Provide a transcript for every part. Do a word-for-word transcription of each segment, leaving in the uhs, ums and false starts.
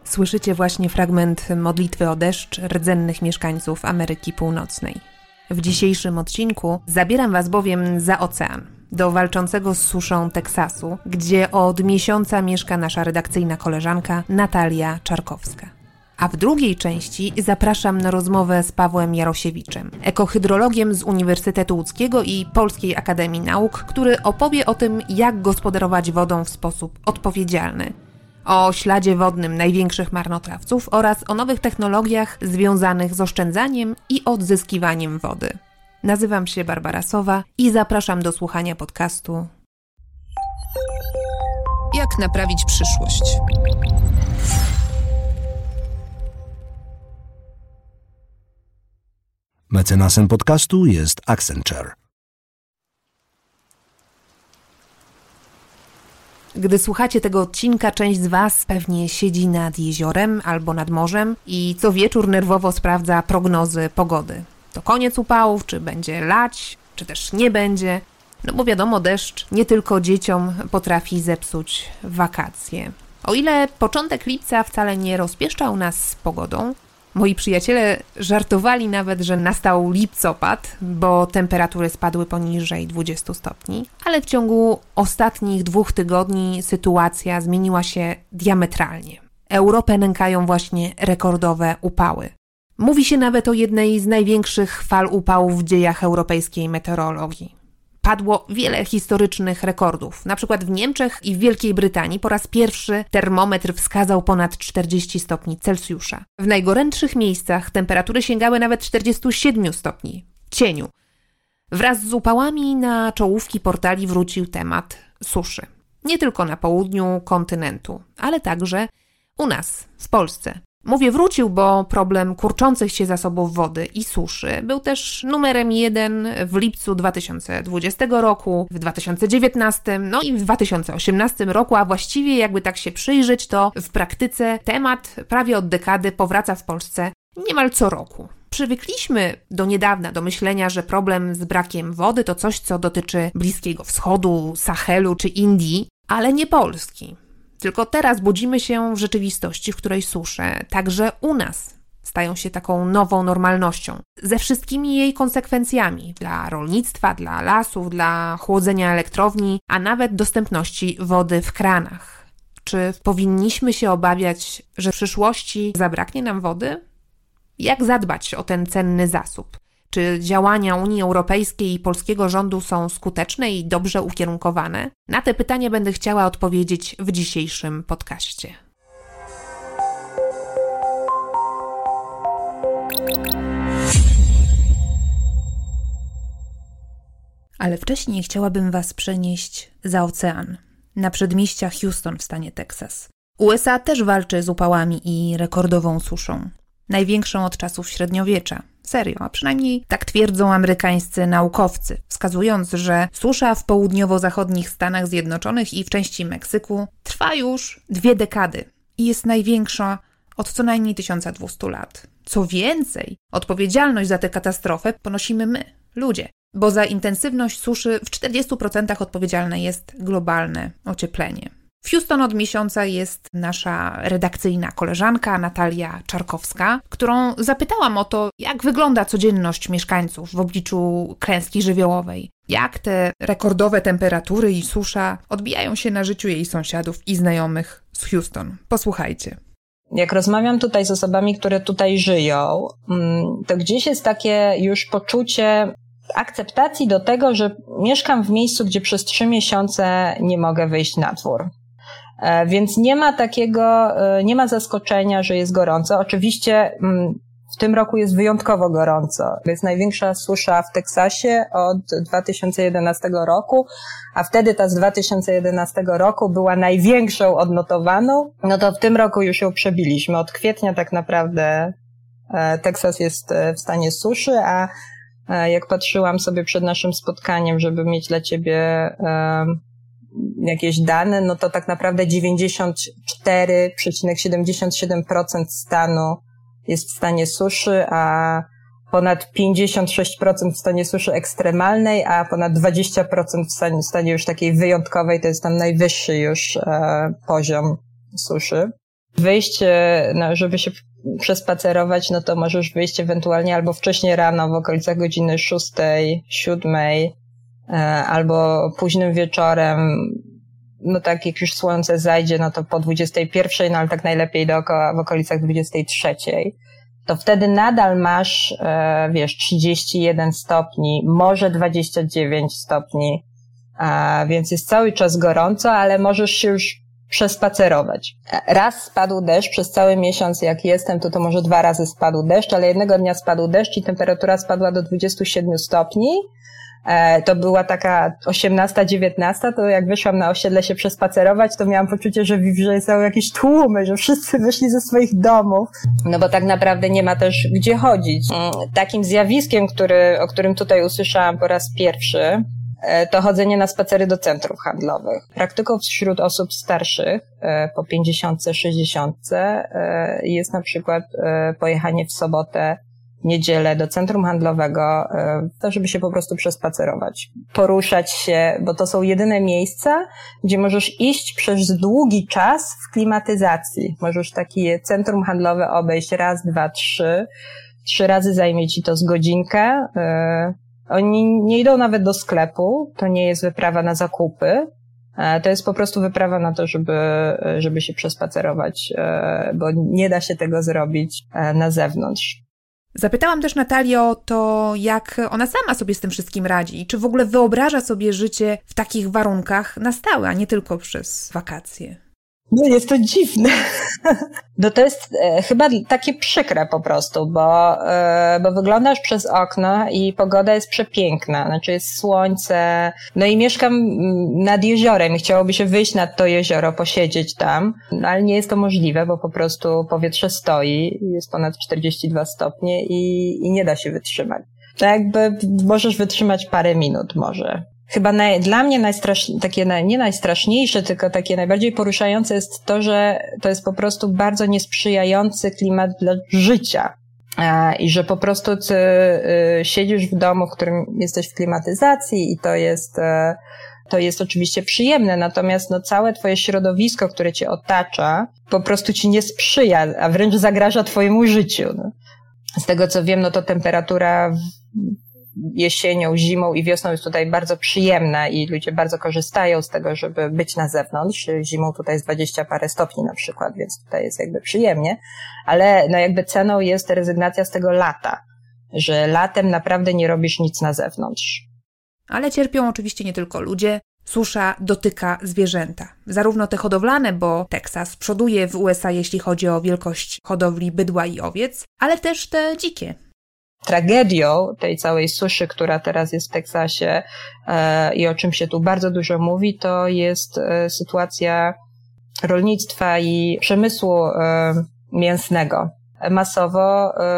Słyszycie właśnie fragment modlitwy o deszcz rdzennych mieszkańców Ameryki Północnej. W dzisiejszym odcinku zabieram Was bowiem za ocean, do walczącego z suszą Teksasu, gdzie od miesiąca mieszka nasza redakcyjna koleżanka Natalia Czarkowska. A w drugiej części zapraszam na rozmowę z Pawłem Jarosiewiczem, ekohydrologiem z Uniwersytetu Łódzkiego i Polskiej Akademii Nauk, który opowie o tym, jak gospodarować wodą w sposób odpowiedzialny, o śladzie wodnym największych marnotrawców oraz o nowych technologiach związanych z oszczędzaniem i odzyskiwaniem wody. Nazywam się Barbara Sowa i zapraszam do słuchania podcastu Jak naprawić przyszłość. Mecenasem podcastu jest Accenture. Gdy słuchacie tego odcinka, część z Was pewnie siedzi nad jeziorem albo nad morzem i co wieczór nerwowo sprawdza prognozy pogody. To koniec upałów, czy będzie lać, czy też nie będzie. No bo wiadomo, deszcz nie tylko dzieciom potrafi zepsuć wakacje. O ile początek lipca wcale nie rozpieszczał nas z pogodą, moi przyjaciele żartowali nawet, że nastał lipcopad, bo temperatury spadły poniżej dwudziestu stopni, ale w ciągu ostatnich dwóch tygodni sytuacja zmieniła się diametralnie. Europę nękają właśnie rekordowe upały. Mówi się nawet o jednej z największych fal upałów w dziejach europejskiej meteorologii. Padło wiele historycznych rekordów. Na przykład w Niemczech i w Wielkiej Brytanii po raz pierwszy termometr wskazał ponad czterdzieści stopni Celsjusza. W najgorętszych miejscach temperatury sięgały nawet czterdziestu siedmiu stopni w cieniu. Wraz z upałami na czołówki portali wrócił temat suszy. Nie tylko na południu kontynentu, ale także u nas, w Polsce. Mówię wrócił, bo problem kurczących się zasobów wody i suszy był też numerem jeden w lipcu dwa tysiące dwudziestego roku, w dwa tysiące dziewiętnastym, no i w dwa tysiące osiemnastym roku, a właściwie jakby tak się przyjrzeć, to w praktyce temat prawie od dekady powraca w Polsce niemal co roku. Przywykliśmy do niedawna do myślenia, że problem z brakiem wody to coś, co dotyczy Bliskiego Wschodu, Sahelu czy Indii, ale nie Polski. Tylko teraz budzimy się w rzeczywistości, w której susze, także u nas, stają się taką nową normalnością. Ze wszystkimi jej konsekwencjami dla rolnictwa, dla lasów, dla chłodzenia elektrowni, a nawet dostępności wody w kranach. Czy powinniśmy się obawiać, że w przyszłości zabraknie nam wody? Jak zadbać o ten cenny zasób? Czy działania Unii Europejskiej i polskiego rządu są skuteczne i dobrze ukierunkowane? Na te pytania będę chciała odpowiedzieć w dzisiejszym podcaście. Ale wcześniej chciałabym Was przenieść za ocean, na przedmieścia Houston w stanie Teksas. U S A też walczy z upałami i rekordową suszą. Największą od czasów średniowiecza. Serio, a przynajmniej tak twierdzą amerykańscy naukowcy, wskazując, że susza w południowo-zachodnich Stanach Zjednoczonych i w części Meksyku trwa już dwie dekady i jest największa od co najmniej tysiąc dwieście lat. Co więcej, odpowiedzialność za tę katastrofę ponosimy my, ludzie, bo za intensywność suszy w czterdziestu procentach odpowiedzialne jest globalne ocieplenie. W Houston od miesiąca jest nasza redakcyjna koleżanka Natalia Czarkowska, którą zapytałam o to, jak wygląda codzienność mieszkańców w obliczu klęski żywiołowej. Jak te rekordowe temperatury i susza odbijają się na życiu jej sąsiadów i znajomych z Houston. Posłuchajcie. Jak rozmawiam tutaj z osobami, które tutaj żyją, to gdzieś jest takie już poczucie akceptacji do tego, że mieszkam w miejscu, gdzie przez trzy miesiące nie mogę wyjść na dwór. Więc nie ma takiego, nie ma zaskoczenia, że jest gorąco. Oczywiście w tym roku jest wyjątkowo gorąco. To jest największa susza w Teksasie od dwa tysiące jedenastego roku, a wtedy ta z dwa tysiące jedenastego roku była największą odnotowaną. No to w tym roku już ją przebiliśmy. Od kwietnia tak naprawdę Teksas jest w stanie suszy, a jak patrzyłam sobie przed naszym spotkaniem, żeby mieć dla ciebie jakieś dane, no to tak naprawdę dziewięćdziesiąt cztery przecinek siedemdziesiąt siedem procent stanu jest w stanie suszy, a ponad pięćdziesiąt sześć procent w stanie suszy ekstremalnej, a ponad dwadzieścia procent w stanie, w stanie już takiej wyjątkowej, to jest tam najwyższy już e, poziom suszy. wyjść, no, żeby się przespacerować, no to możesz wyjść ewentualnie albo wcześniej rano w okolicach godziny szóstej, siódmej, albo późnym wieczorem, no tak jak już słońce zajdzie, no to po dwudziestej pierwszej, no ale tak najlepiej dookoła w okolicach dwudziestej trzeciej. To wtedy nadal masz, wiesz, trzydzieści jeden stopni, może dwadzieścia dziewięć stopni, więc jest cały czas gorąco, ale możesz się już przespacerować. Raz spadł deszcz, przez cały miesiąc jak jestem, to to może dwa razy spadł deszcz, ale jednego dnia spadł deszcz i temperatura spadła do dwudziestu siedmiu stopni. To była taka osiemnasta, dziewiętnasta, to jak wyszłam na osiedle się przespacerować, to miałam poczucie, że, że są jakieś tłumy, że wszyscy wyszli ze swoich domów, no bo tak naprawdę nie ma też gdzie chodzić. Takim zjawiskiem, który, o którym tutaj usłyszałam po raz pierwszy, to chodzenie na spacery do centrów handlowych. Praktyką wśród osób starszych, po pięćdziesiątce, sześćdziesiątce, jest na przykład pojechanie w sobotę, niedzielę do centrum handlowego, to żeby się po prostu przespacerować, poruszać się, bo to są jedyne miejsca, gdzie możesz iść przez długi czas w klimatyzacji. Możesz takie centrum handlowe obejść raz, dwa, trzy. Trzy razy zajmie ci to z godzinkę. Oni nie idą nawet do sklepu, to nie jest wyprawa na zakupy. To jest po prostu wyprawa na to, żeby, żeby się przespacerować, bo nie da się tego zrobić na zewnątrz. Zapytałam też Natalię o to, jak ona sama sobie z tym wszystkim radzi i czy w ogóle wyobraża sobie życie w takich warunkach na stałe, a nie tylko przez wakacje. No jest to dziwne. No to jest e, chyba takie przykre po prostu, bo, e, bo wyglądasz przez okno i pogoda jest przepiękna, znaczy jest słońce, no i mieszkam nad jeziorem i chciałoby się wyjść nad to jezioro, posiedzieć tam, no ale nie jest to możliwe, bo po prostu powietrze stoi, jest ponad czterdzieści dwa stopnie i, i nie da się wytrzymać. To jakby możesz wytrzymać parę minut może. Chyba naj, dla mnie najstraszniejsze, takie naj, nie najstraszniejsze, tylko takie najbardziej poruszające jest to, że to jest po prostu bardzo niesprzyjający klimat dla życia. E, I że po prostu ty y, siedzisz w domu, w którym jesteś w klimatyzacji i to jest, e, to jest oczywiście przyjemne, natomiast no całe twoje środowisko, które cię otacza, po prostu ci nie sprzyja, a wręcz zagraża twojemu życiu. No. Z tego co wiem, no to temperatura w, jesienią, zimą i wiosną jest tutaj bardzo przyjemna i ludzie bardzo korzystają z tego, żeby być na zewnątrz. Zimą tutaj jest dwadzieścia parę stopni na przykład, więc tutaj jest jakby przyjemnie, ale no jakby ceną jest rezygnacja z tego lata, że latem naprawdę nie robisz nic na zewnątrz. Ale cierpią oczywiście nie tylko ludzie. Susza dotyka zwierzęta. Zarówno te hodowlane, bo Teksas przoduje w U S A, jeśli chodzi o wielkość hodowli bydła i owiec, ale też te dzikie. Tragedią tej całej suszy, która teraz jest w Teksasie e, i o czym się tu bardzo dużo mówi, to jest e, sytuacja rolnictwa i przemysłu e, mięsnego. Masowo e,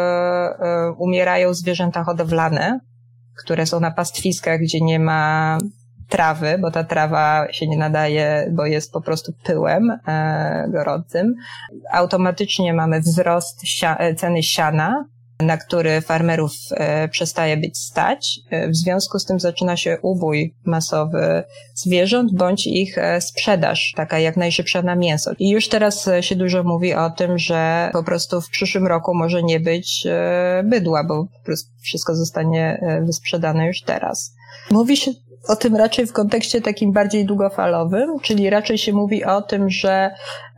e, umierają zwierzęta hodowlane, które są na pastwiskach, gdzie nie ma trawy, bo ta trawa się nie nadaje, bo jest po prostu pyłem e, gorącym. Automatycznie mamy wzrost sia- ceny siana, na który farmerów e, przestaje być stać. E, w związku z tym zaczyna się ubój masowy zwierząt bądź ich e, sprzedaż, taka jak najszybsza na mięso. I już teraz się dużo mówi o tym, że po prostu w przyszłym roku może nie być e, bydła, bo po prostu wszystko zostanie e, wysprzedane już teraz. Mówi się o tym raczej w kontekście takim bardziej długofalowym, czyli raczej się mówi o tym, że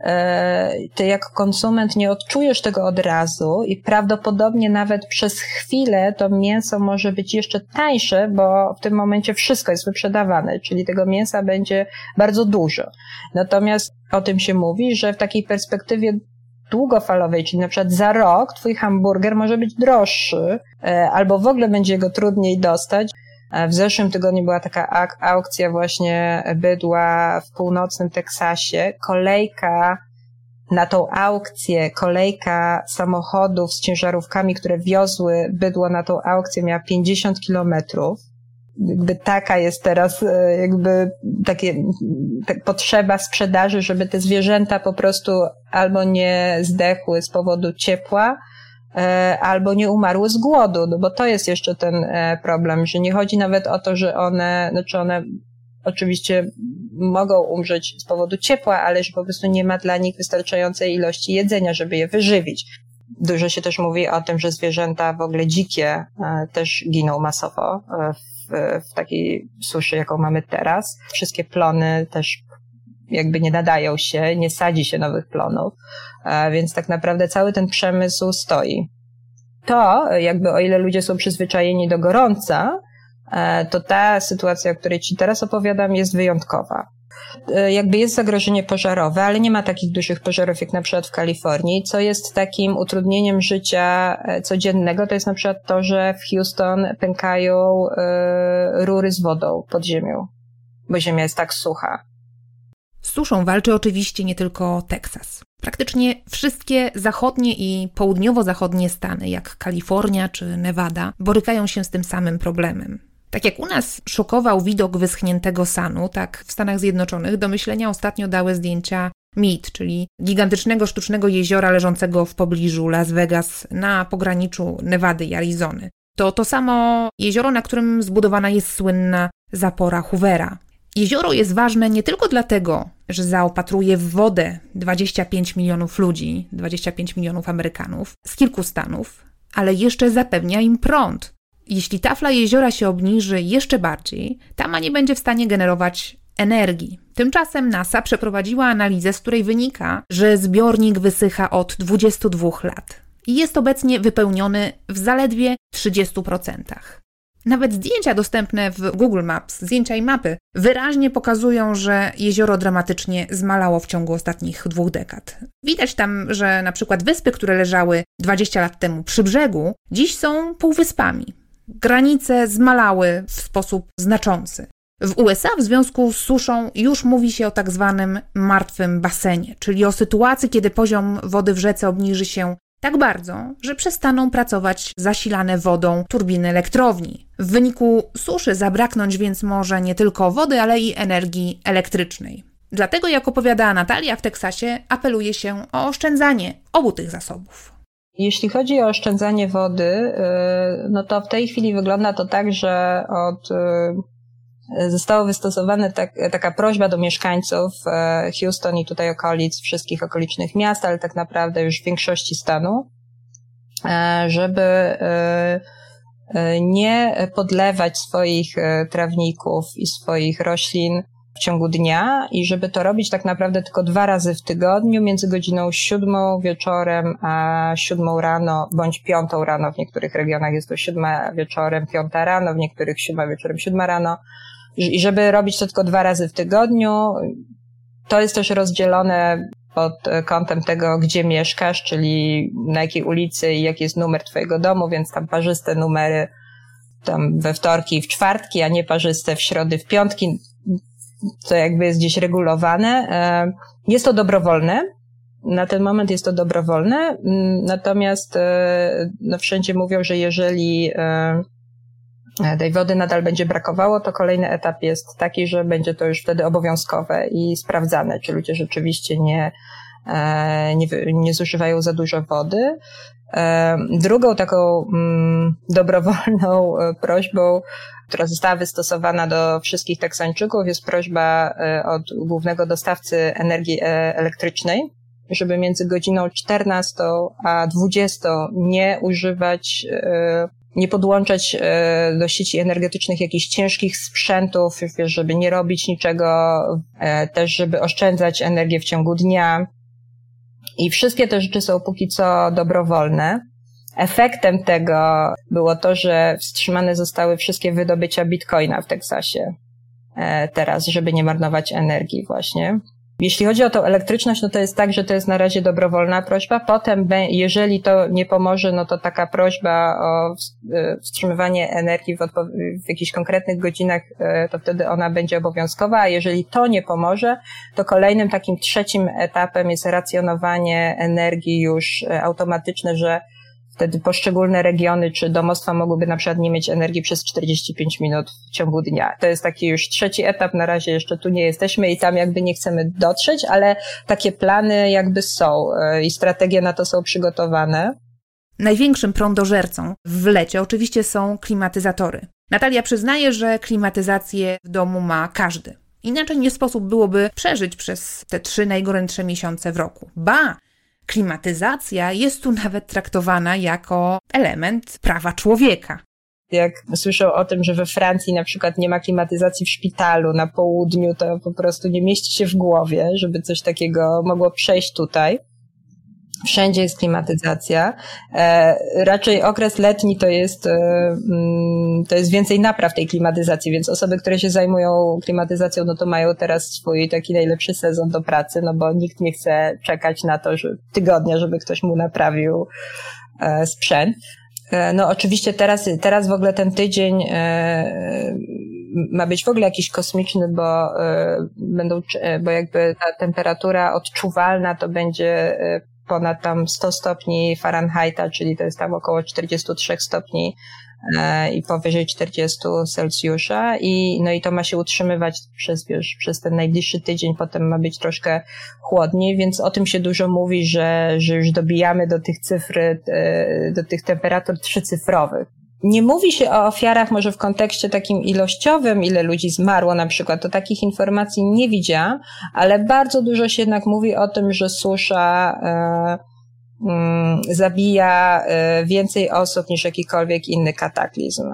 e, ty jako konsument nie odczujesz tego od razu i prawdopodobnie nawet przez chwilę to mięso może być jeszcze tańsze, bo w tym momencie wszystko jest wyprzedawane, czyli tego mięsa będzie bardzo dużo. Natomiast o tym się mówi, że w takiej perspektywie długofalowej, czyli na przykład za rok twój hamburger może być droższy e, albo w ogóle będzie go trudniej dostać. W zeszłym tygodniu była taka ak- aukcja właśnie bydła w północnym Teksasie. Kolejka na tą aukcję, kolejka samochodów z ciężarówkami, które wiozły bydło na tą aukcję, miała pięćdziesiąt kilometrów. Jakby taka jest teraz jakby takie tak potrzeba sprzedaży, żeby te zwierzęta po prostu albo nie zdechły z powodu ciepła, albo nie umarły z głodu, no bo to jest jeszcze ten problem, że nie chodzi nawet o to, że one, znaczy one oczywiście mogą umrzeć z powodu ciepła, ale że po prostu nie ma dla nich wystarczającej ilości jedzenia, żeby je wyżywić. Dużo się też mówi o tym, że zwierzęta w ogóle dzikie też giną masowo w, w takiej suszy, jaką mamy teraz. Wszystkie plony też jakby nie nadają się, nie sadzi się nowych plonów, więc tak naprawdę cały ten przemysł stoi. To, jakby o ile ludzie są przyzwyczajeni do gorąca, to ta sytuacja, o której ci teraz opowiadam, jest wyjątkowa. Jakby jest zagrożenie pożarowe, ale nie ma takich dużych pożarów jak na przykład w Kalifornii. Co jest takim utrudnieniem życia codziennego, to jest na przykład to, że w Houston pękają rury z wodą pod ziemią, bo ziemia jest tak sucha. Z suszą walczy oczywiście nie tylko Teksas. Praktycznie wszystkie zachodnie i południowo-zachodnie stany, jak Kalifornia czy Nevada, borykają się z tym samym problemem. Tak jak u nas szokował widok wyschniętego Sanu, tak w Stanach Zjednoczonych do myślenia ostatnio dały zdjęcia Mead, czyli gigantycznego sztucznego jeziora leżącego w pobliżu Las Vegas na pograniczu Nevady i Arizony. To to samo jezioro, na którym zbudowana jest słynna zapora Hoovera. Jezioro jest ważne nie tylko dlatego, że zaopatruje w wodę dwadzieścia pięć milionów ludzi, dwadzieścia pięć milionów Amerykanów z kilku stanów, ale jeszcze zapewnia im prąd. Jeśli tafla jeziora się obniży jeszcze bardziej, Tama nie będzie w stanie generować energii. Tymczasem NASA przeprowadziła analizę, z której wynika, że zbiornik wysycha od dwudziestu dwóch lat i jest obecnie wypełniony w zaledwie trzydziestu procentach. Nawet zdjęcia dostępne w Google Maps, zdjęcia i mapy, wyraźnie pokazują, że jezioro dramatycznie zmalało w ciągu ostatnich dwóch dekad. Widać tam, że na przykład wyspy, które leżały dwadzieścia lat temu przy brzegu, dziś są półwyspami. Granice zmalały w sposób znaczący. W U S A w związku z suszą już mówi się o tak zwanym martwym basenie, czyli o sytuacji, kiedy poziom wody w rzece obniży się tak bardzo, że przestaną pracować zasilane wodą turbiny elektrowni. W wyniku suszy zabraknąć więc może nie tylko wody, ale i energii elektrycznej. Dlatego, jak opowiadała Natalia, w Teksasie apeluje się o oszczędzanie obu tych zasobów. Jeśli chodzi o oszczędzanie wody, no to w tej chwili wygląda to tak, że od została wystosowana tak, taka prośba do mieszkańców Houston i tutaj okolic, wszystkich okolicznych miast, ale tak naprawdę już w większości stanu, żeby nie podlewać swoich trawników i swoich roślin w ciągu dnia i żeby to robić tak naprawdę tylko dwa razy w tygodniu, między godziną siódmą wieczorem a siódmą rano, bądź piątą rano. W niektórych regionach jest to siódma wieczorem, piąta rano, w niektórych siódma wieczorem, siódma rano. I żeby robić to tylko dwa razy w tygodniu. To jest też rozdzielone pod kątem tego, gdzie mieszkasz, czyli na jakiej ulicy i jaki jest numer twojego domu, więc tam parzyste numery tam we wtorki i w czwartki, a nie parzyste w środy, w piątki. To jakby jest gdzieś regulowane. Jest to dobrowolne. Na ten moment jest to dobrowolne. Natomiast no, wszędzie mówią, że jeżeli tej wody nadal będzie brakowało, to kolejny etap jest taki, że będzie to już wtedy obowiązkowe i sprawdzane, czy ludzie rzeczywiście nie, nie, nie zużywają za dużo wody. Drugą taką dobrowolną prośbą, która została wystosowana do wszystkich Teksańczyków, jest prośba od głównego dostawcy energii elektrycznej, żeby między godziną czternastą a dwudziestą nie używać, nie podłączać do sieci energetycznych jakichś ciężkich sprzętów, wiesz, żeby nie robić niczego, też żeby oszczędzać energię w ciągu dnia. I wszystkie te rzeczy są póki co dobrowolne. Efektem tego było to, że wstrzymane zostały wszystkie wydobycia bitcoina w Teksasie teraz, żeby nie marnować energii właśnie. Jeśli chodzi o tą elektryczność, no to jest tak, że to jest na razie dobrowolna prośba. Potem, jeżeli to nie pomoże, no to taka prośba o wstrzymywanie energii w, odpo- w jakichś konkretnych godzinach, to wtedy ona będzie obowiązkowa, a jeżeli to nie pomoże, to kolejnym takim trzecim etapem jest racjonowanie energii już automatyczne, że wtedy poszczególne regiony czy domostwa mogłyby na przykład nie mieć energii przez czterdzieści pięć minut w ciągu dnia. To jest taki już trzeci etap, na razie jeszcze tu nie jesteśmy i tam jakby nie chcemy dotrzeć, ale takie plany jakby są i strategie na to są przygotowane. Największym prądożercą w lecie oczywiście są klimatyzatory. Natalia przyznaje, że klimatyzację w domu ma każdy. Inaczej nie sposób byłoby przeżyć przez te trzy najgorętsze miesiące w roku. Ba, klimatyzacja jest tu nawet traktowana jako element prawa człowieka. Jak słyszę o tym, że we Francji na przykład nie ma klimatyzacji w szpitalu na południu, to po prostu nie mieści się w głowie, żeby coś takiego mogło przejść tutaj. Wszędzie jest klimatyzacja. E, raczej okres letni to jest, e, to jest więcej napraw tej klimatyzacji, więc osoby, które się zajmują klimatyzacją, no to mają teraz swój taki najlepszy sezon do pracy, no bo nikt nie chce czekać na to, że tygodnia, żeby ktoś mu naprawił e, sprzęt. E, no oczywiście teraz, teraz w ogóle ten tydzień e, ma być w ogóle jakiś kosmiczny, bo e, będą, bo jakby ta temperatura odczuwalna to będzie e, ponad tam sto stopni Fahrenheita, czyli to jest tam około czterdzieści trzy stopni e, i powyżej czterdzieści Celsjusza i no i to ma się utrzymywać przez, wiesz, przez ten najbliższy tydzień, potem ma być troszkę chłodniej, więc o tym się dużo mówi, że, że już dobijamy do tych cyfr, e, do tych temperatur trzycyfrowych. Nie mówi się o ofiarach może w kontekście takim ilościowym, ile ludzi zmarło na przykład, to takich informacji nie widziałam, ale bardzo dużo się jednak mówi o tym, że susza e, mm, zabija e, więcej osób niż jakikolwiek inny kataklizm.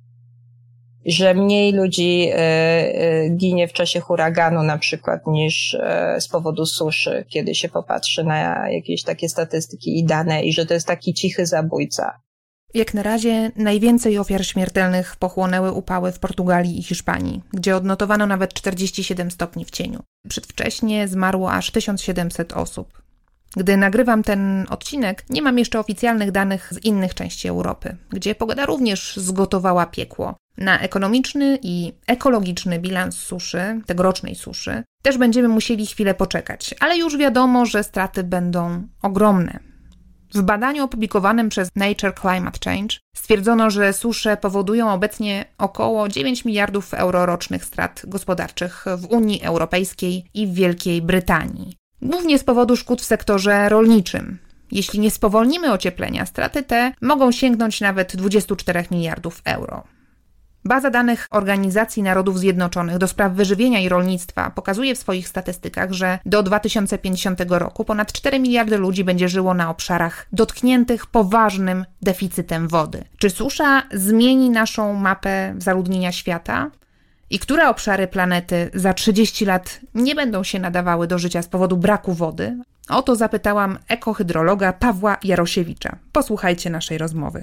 Że mniej ludzi e, e, ginie w czasie huraganu na przykład niż e, z powodu suszy, kiedy się popatrzy na jakieś takie statystyki i dane i że to jest taki cichy zabójca. Jak na razie najwięcej ofiar śmiertelnych pochłonęły upały w Portugalii i Hiszpanii, gdzie odnotowano nawet czterdzieści siedem stopni w cieniu. Przedwcześnie zmarło aż tysiąc siedemset osób. Gdy nagrywam ten odcinek, nie mam jeszcze oficjalnych danych z innych części Europy, gdzie pogoda również zgotowała piekło. Na ekonomiczny i ekologiczny bilans suszy, tegorocznej suszy, też będziemy musieli chwilę poczekać, ale już wiadomo, że straty będą ogromne. W badaniu opublikowanym przez Nature Climate Change stwierdzono, że susze powodują obecnie około dziewięć miliardów euro rocznych strat gospodarczych w Unii Europejskiej i w Wielkiej Brytanii. Głównie z powodu szkód w sektorze rolniczym. Jeśli nie spowolnimy ocieplenia, straty te mogą sięgnąć nawet dwadzieścia cztery miliardów euro. Baza danych Organizacji Narodów Zjednoczonych do spraw wyżywienia i rolnictwa pokazuje w swoich statystykach, że do dwa tysiące pięćdziesiątego roku ponad cztery miliardy ludzi będzie żyło na obszarach dotkniętych poważnym deficytem wody. Czy susza zmieni naszą mapę zaludnienia świata? I które obszary planety za trzydzieści lat nie będą się nadawały do życia z powodu braku wody? O to zapytałam ekohydrologa Pawła Jarosiewicza. Posłuchajcie naszej rozmowy.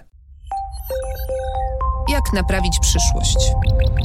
Jak naprawić przyszłość?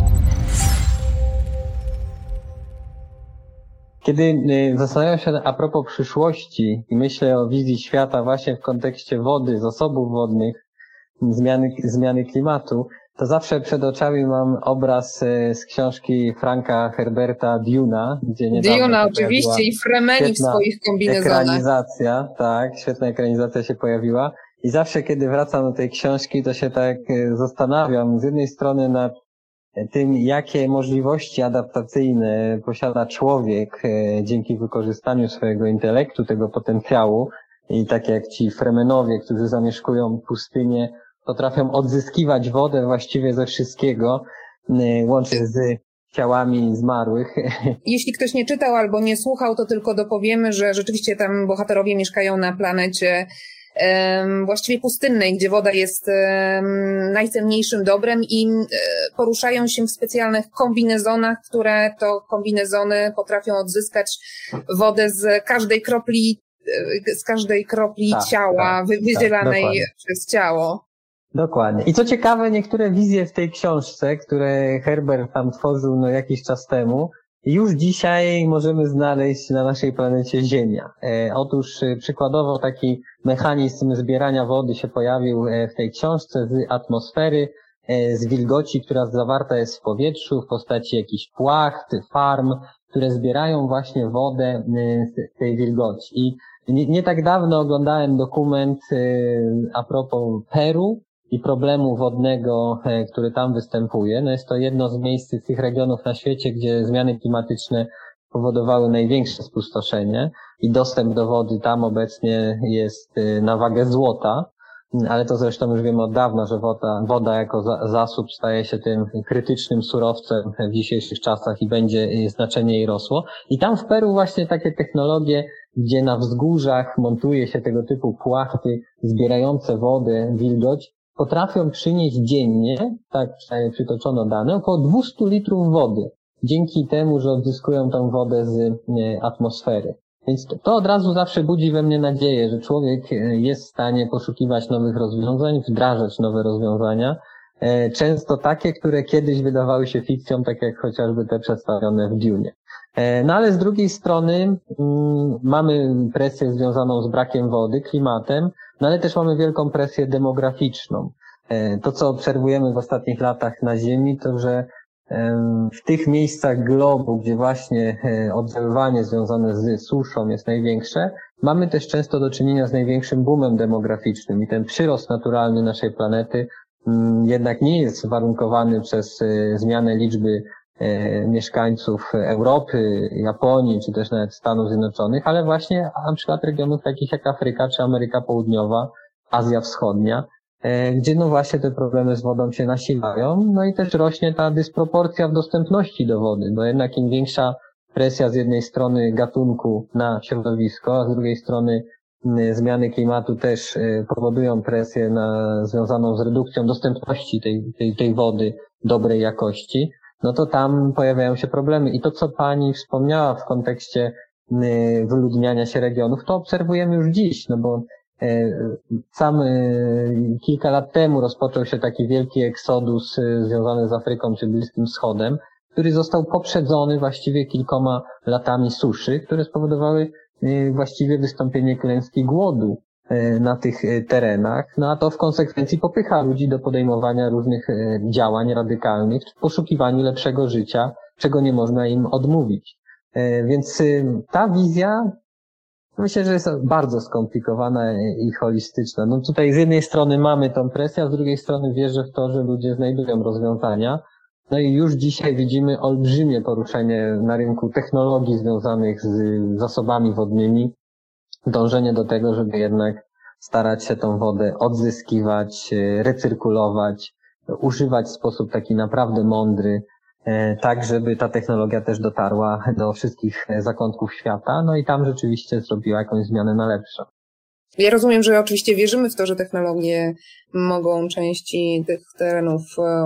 Kiedy zastanawiam się a propos przyszłości i myślę o wizji świata właśnie w kontekście wody, zasobów wodnych, zmiany, zmiany klimatu, to zawsze przed oczami mam obraz z książki Franka Herberta Dune'a, gdzie niedawno Duna oczywiście i Fremeni w swoich kombinezonach. Ekranizacja, tak, świetna ekranizacja się pojawiła. I zawsze, kiedy wracam do tej książki, to się tak zastanawiam z jednej strony nad tym, jakie możliwości adaptacyjne posiada człowiek dzięki wykorzystaniu swojego intelektu, tego potencjału. I tak jak ci Fremenowie, którzy zamieszkują pustynię, potrafią odzyskiwać wodę właściwie ze wszystkiego, łącznie z ciałami zmarłych. Jeśli ktoś nie czytał albo nie słuchał, to tylko dopowiemy, że rzeczywiście tam bohaterowie mieszkają na planecie właściwie pustynnej, gdzie woda jest najcenniejszym dobrem i poruszają się w specjalnych kombinezonach, które to kombinezony potrafią odzyskać wodę z każdej kropli, z każdej kropli tak, ciała, tak, wydzielanej tak, przez ciało. Dokładnie. I co ciekawe, niektóre wizje w tej książce, które Herbert tam tworzył no, jakiś czas temu, już dzisiaj możemy znaleźć na naszej planecie Ziemia. E, otóż e, przykładowo taki mechanizm zbierania wody się pojawił e, w tej książce z atmosfery, e, z wilgoci, która zawarta jest w powietrzu w postaci jakichś płacht, farm, które zbierają właśnie wodę e, z tej wilgoci. I nie, nie tak dawno oglądałem dokument e, a propos Peru i problemu wodnego, który tam występuje. No jest to jedno z miejsc z tych regionów na świecie, gdzie zmiany klimatyczne powodowały największe spustoszenie i dostęp do wody tam obecnie jest na wagę złota. ale to zresztą już wiemy od dawna, że woda, woda jako za, zasób staje się tym krytycznym surowcem w dzisiejszych czasach i będzie znaczenie jej rosło. I tam w Peru właśnie takie technologie, gdzie na wzgórzach montuje się tego typu płachty zbierające wodę, wilgoć, potrafią przynieść dziennie, tak przynajmniej przytoczono dane, około dwieście litrów wody. Dzięki temu, że odzyskują tą wodę z atmosfery. Więc to od razu zawsze budzi we mnie nadzieję, że człowiek jest w stanie poszukiwać nowych rozwiązań, wdrażać nowe rozwiązania, często takie, które kiedyś wydawały się fikcją, tak jak chociażby te przedstawione w Dune. No ale z drugiej strony mm, mamy presję związaną z brakiem wody, klimatem, no ale też mamy wielką presję demograficzną. To, co obserwujemy w ostatnich latach na Ziemi, to że w tych miejscach globu, gdzie właśnie oddziaływanie związane z suszą jest największe, mamy też często do czynienia z największym boomem demograficznym i ten przyrost naturalny naszej planety jednak nie jest warunkowany przez zmianę liczby mieszkańców Europy, Japonii, czy też nawet Stanów Zjednoczonych, ale właśnie na przykład regionów takich jak Afryka, czy Ameryka Południowa, Azja Wschodnia, gdzie no właśnie te problemy z wodą się nasilają, no i też rośnie ta dysproporcja w dostępności do wody, bo jednak im większa presja z jednej strony gatunku na środowisko, a z drugiej strony zmiany klimatu też powodują presję na, związaną z redukcją dostępności tej, tej, tej wody dobrej jakości, no to tam pojawiają się problemy. I to, co pani wspomniała w kontekście wyludniania się regionów, to obserwujemy już dziś, no bo sam kilka lat temu rozpoczął się taki wielki eksodus związany z Afryką czy Bliskim Wschodem, który został poprzedzony właściwie kilkoma latami suszy, które spowodowały właściwie wystąpienie klęski głodu na tych terenach, no a to w konsekwencji popycha ludzi do podejmowania różnych działań radykalnych w poszukiwaniu lepszego życia, czego nie można im odmówić. Więc ta wizja myślę, że jest bardzo skomplikowana i holistyczna. No tutaj z jednej strony mamy tą presję, a z drugiej strony wierzę w to, że ludzie znajdują rozwiązania. No i już dzisiaj widzimy olbrzymie poruszenie na rynku technologii związanych z zasobami wodnymi, dążenie do tego, żeby jednak starać się tą wodę odzyskiwać, recyrkulować, używać w sposób taki naprawdę mądry, tak żeby ta technologia też dotarła do wszystkich zakątków świata, no i tam rzeczywiście zrobiła jakąś zmianę na lepsze. Ja rozumiem, że oczywiście wierzymy w to, że technologie mogą części tych terenów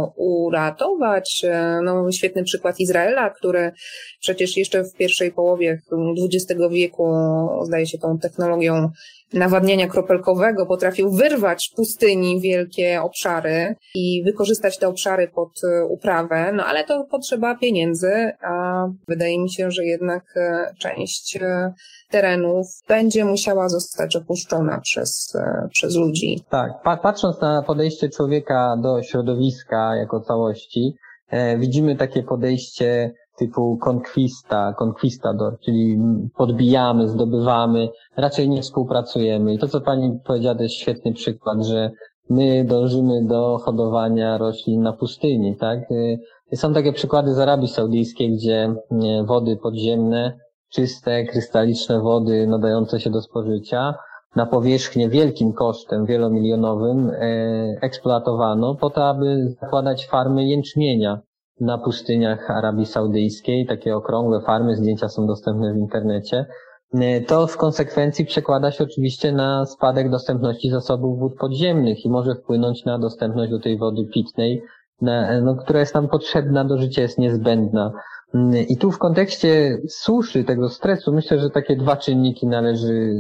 uratować. No, świetny przykład Izraela, który przecież jeszcze w pierwszej połowie dwudziestego wieku, zdaje się, tą technologią nawadniania kropelkowego potrafił wyrwać z pustyni wielkie obszary i wykorzystać te obszary pod uprawę, no ale to potrzeba pieniędzy, a wydaje mi się, że jednak część terenów będzie musiała zostać opuszczona przez, przez ludzi. Tak, patrząc na podejście człowieka do środowiska jako całości, e, widzimy takie podejście typu conquista, conquistador, czyli podbijamy, zdobywamy, raczej nie współpracujemy. I to, co pani powiedziała, to jest świetny przykład, że my dążymy do hodowania roślin na pustyni, tak? Są takie przykłady z Arabii Saudyjskiej, gdzie wody podziemne, czyste, krystaliczne wody nadające się do spożycia, na powierzchnię wielkim kosztem, wielomilionowym, eksploatowano po to, aby zakładać farmy jęczmienia na pustyniach Arabii Saudyjskiej, takie okrągłe farmy, zdjęcia są dostępne w internecie. To w konsekwencji przekłada się oczywiście na spadek dostępności zasobów wód podziemnych i może wpłynąć na dostępność do tej wody pitnej, na, no, która jest nam potrzebna do życia, jest niezbędna. I tu w kontekście suszy, tego stresu, myślę, że takie dwa czynniki należy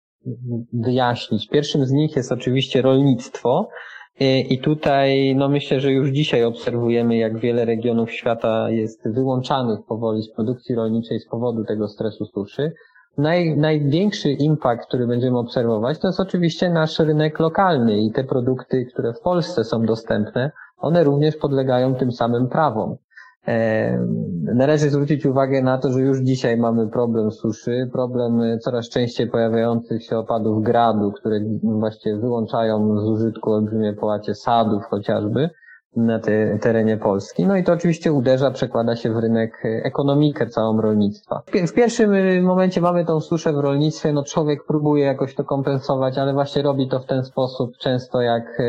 wyjaśnić. Pierwszym z nich jest oczywiście rolnictwo. I tutaj, no myślę, że już dzisiaj obserwujemy, jak wiele regionów świata jest wyłączanych powoli z produkcji rolniczej z powodu tego stresu suszy. Naj, największy impact, który będziemy obserwować, to jest oczywiście nasz rynek lokalny i te produkty, które w Polsce są dostępne, one również podlegają tym samym prawom. Należy zwrócić uwagę na to, że już dzisiaj mamy problem suszy, problem coraz częściej pojawiających się opadów gradu, które właściwie wyłączają z użytku olbrzymie połacie sadów chociażby. na te, terenie Polski. No i to oczywiście uderza, przekłada się w rynek, ekonomikę całą rolnictwa. W pierwszym momencie mamy tą suszę w rolnictwie, no człowiek próbuje jakoś to kompensować, ale właśnie robi to w ten sposób często jak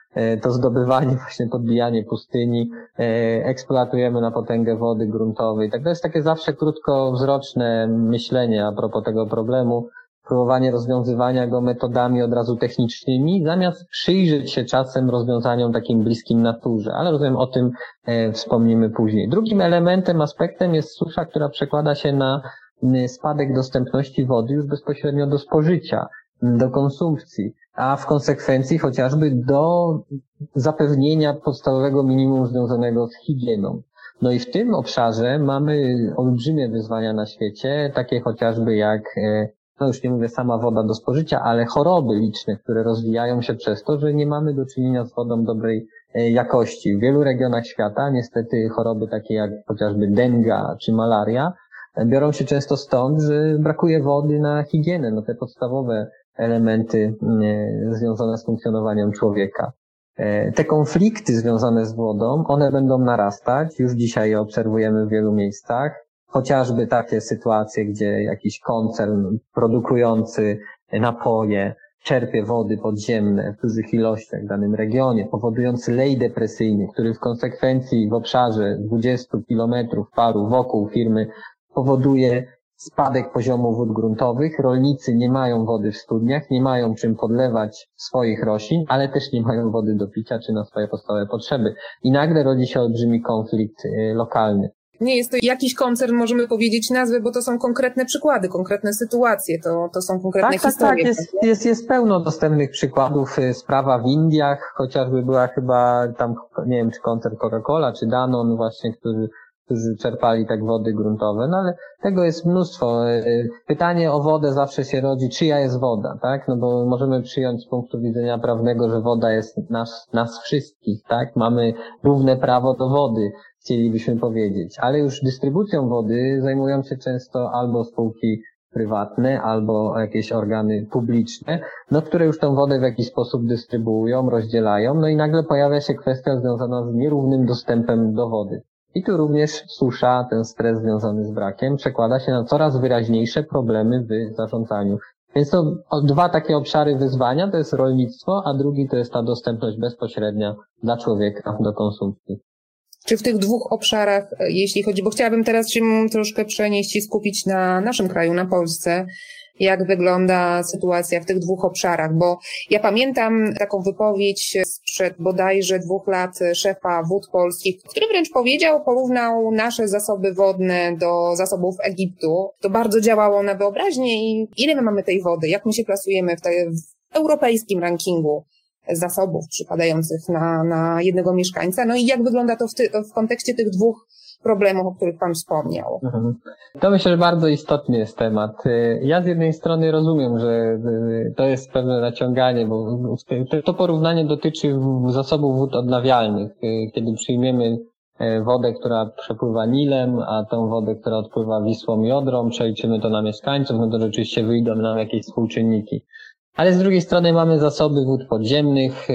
to zdobywanie, właśnie podbijanie pustyni, eksploatujemy na potęgę wody gruntowej. Tak, to jest takie zawsze krótkowzroczne myślenie a propos tego problemu, próbowanie rozwiązywania go metodami od razu technicznymi, zamiast przyjrzeć się czasem rozwiązaniom takim bliskim naturze. Ale rozumiem, o tym e, wspomnimy później. Drugim elementem, aspektem jest susza, która przekłada się na spadek dostępności wody już bezpośrednio do spożycia, do konsumpcji, a w konsekwencji chociażby do zapewnienia podstawowego minimum związanego z higieną. No i w tym obszarze mamy olbrzymie wyzwania na świecie, takie chociażby jak e, no już nie mówię sama woda do spożycia, ale choroby liczne, które rozwijają się przez to, że nie mamy do czynienia z wodą dobrej jakości. W wielu regionach świata niestety choroby takie jak chociażby denga czy malaria biorą się często stąd, że brakuje wody na higienę, no te podstawowe elementy związane z funkcjonowaniem człowieka. Te konflikty związane z wodą, one będą narastać, już dzisiaj je obserwujemy w wielu miejscach. Chociażby takie sytuacje, gdzie jakiś koncern produkujący napoje czerpie wody podziemne w dużych ilościach w danym regionie, powodujący lej depresyjny, który w konsekwencji w obszarze dwudziestu kilometrów paru wokół firmy powoduje spadek poziomu wód gruntowych. Rolnicy nie mają wody w studniach, nie mają czym podlewać swoich roślin, ale też nie mają wody do picia czy na swoje podstawowe potrzeby. I nagle rodzi się olbrzymi konflikt lokalny. Nie jest to jakiś koncern, możemy powiedzieć nazwy, bo to są konkretne przykłady, konkretne sytuacje, to, to są konkretne tak, historie. Tak, tak, jest, jest, jest pełno dostępnych przykładów. Sprawa w Indiach, chociażby była chyba tam, nie wiem, czy koncern Coca-Cola, czy Danone właśnie, którzy, którzy czerpali tak wody gruntowe, no ale tego jest mnóstwo. Pytanie o wodę zawsze się rodzi, czyja jest woda, tak? No bo możemy przyjąć z punktu widzenia prawnego, że woda jest nas, nas wszystkich, tak? Mamy równe prawo do wody, chcielibyśmy powiedzieć, ale już dystrybucją wody zajmują się często albo spółki prywatne, albo jakieś organy publiczne, no które już tą wodę w jakiś sposób dystrybuują, rozdzielają, no i nagle pojawia się kwestia związana z nierównym dostępem do wody. I tu również susza, ten stres związany z brakiem przekłada się na coraz wyraźniejsze problemy w zarządzaniu. Więc to dwa takie obszary wyzwania, to jest rolnictwo, a drugi to jest ta dostępność bezpośrednia dla człowieka do konsumpcji. Czy w tych dwóch obszarach, jeśli chodzi, bo chciałabym teraz się troszkę przenieść i skupić na naszym kraju, na Polsce, jak wygląda sytuacja w tych dwóch obszarach, bo ja pamiętam taką wypowiedź sprzed bodajże dwóch lat szefa Wód Polskich, który wręcz powiedział, porównał nasze zasoby wodne do zasobów Egiptu. To bardzo działało na wyobraźnię i ile my mamy tej wody, jak my się plasujemy w, te, w europejskim rankingu zasobów przypadających na, na jednego mieszkańca. No i jak wygląda to w, ty, w kontekście tych dwóch problemów, o których Pan wspomniał? To myślę, że bardzo istotny jest temat. Ja z jednej strony rozumiem, że to jest pewne naciąganie, bo to porównanie dotyczy zasobów wód odnawialnych. Kiedy przyjmiemy wodę, która przepływa Nilem, a tą wodę, która odpływa Wisłą i Odrą, przeliczymy to na mieszkańców, no to rzeczywiście wyjdą nam jakieś współczynniki. Ale z drugiej strony mamy zasoby wód podziemnych,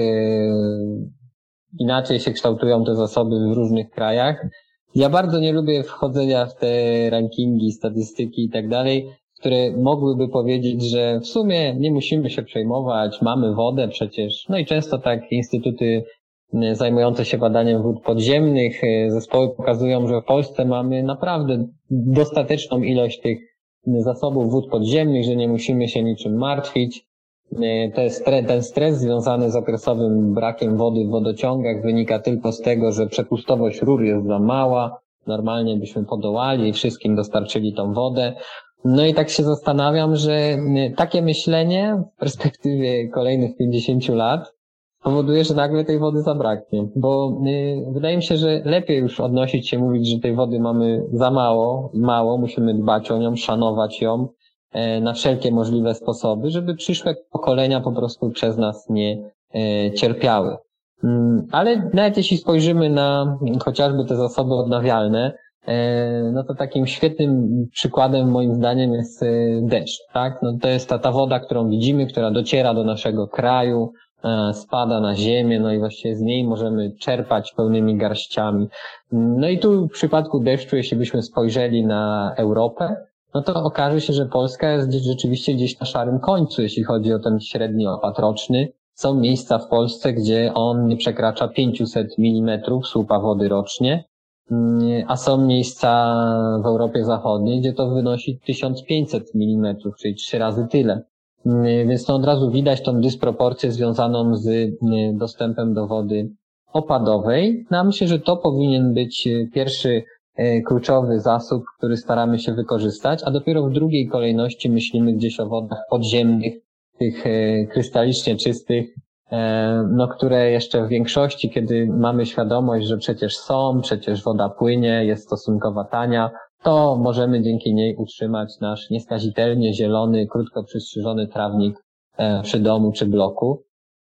inaczej się kształtują te zasoby w różnych krajach. Ja bardzo nie lubię wchodzenia w te rankingi, statystyki i tak dalej, które mogłyby powiedzieć, że w sumie nie musimy się przejmować, mamy wodę przecież. No i często tak instytuty zajmujące się badaniem wód podziemnych, zespoły pokazują, że w Polsce mamy naprawdę dostateczną ilość tych zasobów wód podziemnych, że nie musimy się niczym martwić. Ten stres związany z okresowym brakiem wody w wodociągach wynika tylko z tego, że przepustowość rur jest za mała. Normalnie byśmy podołali i wszystkim dostarczyli tą wodę. No i tak się zastanawiam, że takie myślenie w perspektywie kolejnych pięćdziesięciu lat powoduje, że nagle tej wody zabraknie. Bo wydaje mi się, że lepiej już odnosić się, mówić, że tej wody mamy za mało, mało, musimy dbać o nią, szanować ją na wszelkie możliwe sposoby, żeby przyszłe pokolenia po prostu przez nas nie cierpiały. Ale nawet jeśli spojrzymy na chociażby te zasoby odnawialne, no to takim świetnym przykładem moim zdaniem jest deszcz, tak? No to jest ta, ta woda, którą widzimy, która dociera do naszego kraju, spada na ziemię, no i właściwie z niej możemy czerpać pełnymi garściami. No i tu w przypadku deszczu, jeśli byśmy spojrzeli na Europę, no to okaże się, że Polska jest rzeczywiście gdzieś na szarym końcu, jeśli chodzi o ten średni opad roczny. Są miejsca w Polsce, gdzie on nie przekracza pięćset milimetrów słupa wody rocznie, a są miejsca w Europie Zachodniej, gdzie to wynosi tysiąc pięćset milimetrów, czyli trzy razy tyle. Więc to od razu widać tą dysproporcję związaną z dostępem do wody opadowej. No, myślę, że to powinien być pierwszy kluczowy zasób, który staramy się wykorzystać, a dopiero w drugiej kolejności myślimy gdzieś o wodach podziemnych, tych krystalicznie czystych, no, które jeszcze w większości, kiedy mamy świadomość, że przecież są, przecież woda płynie, jest stosunkowo tania, to możemy dzięki niej utrzymać nasz nieskazitelnie zielony, krótko przystrzyżony trawnik przy domu czy bloku.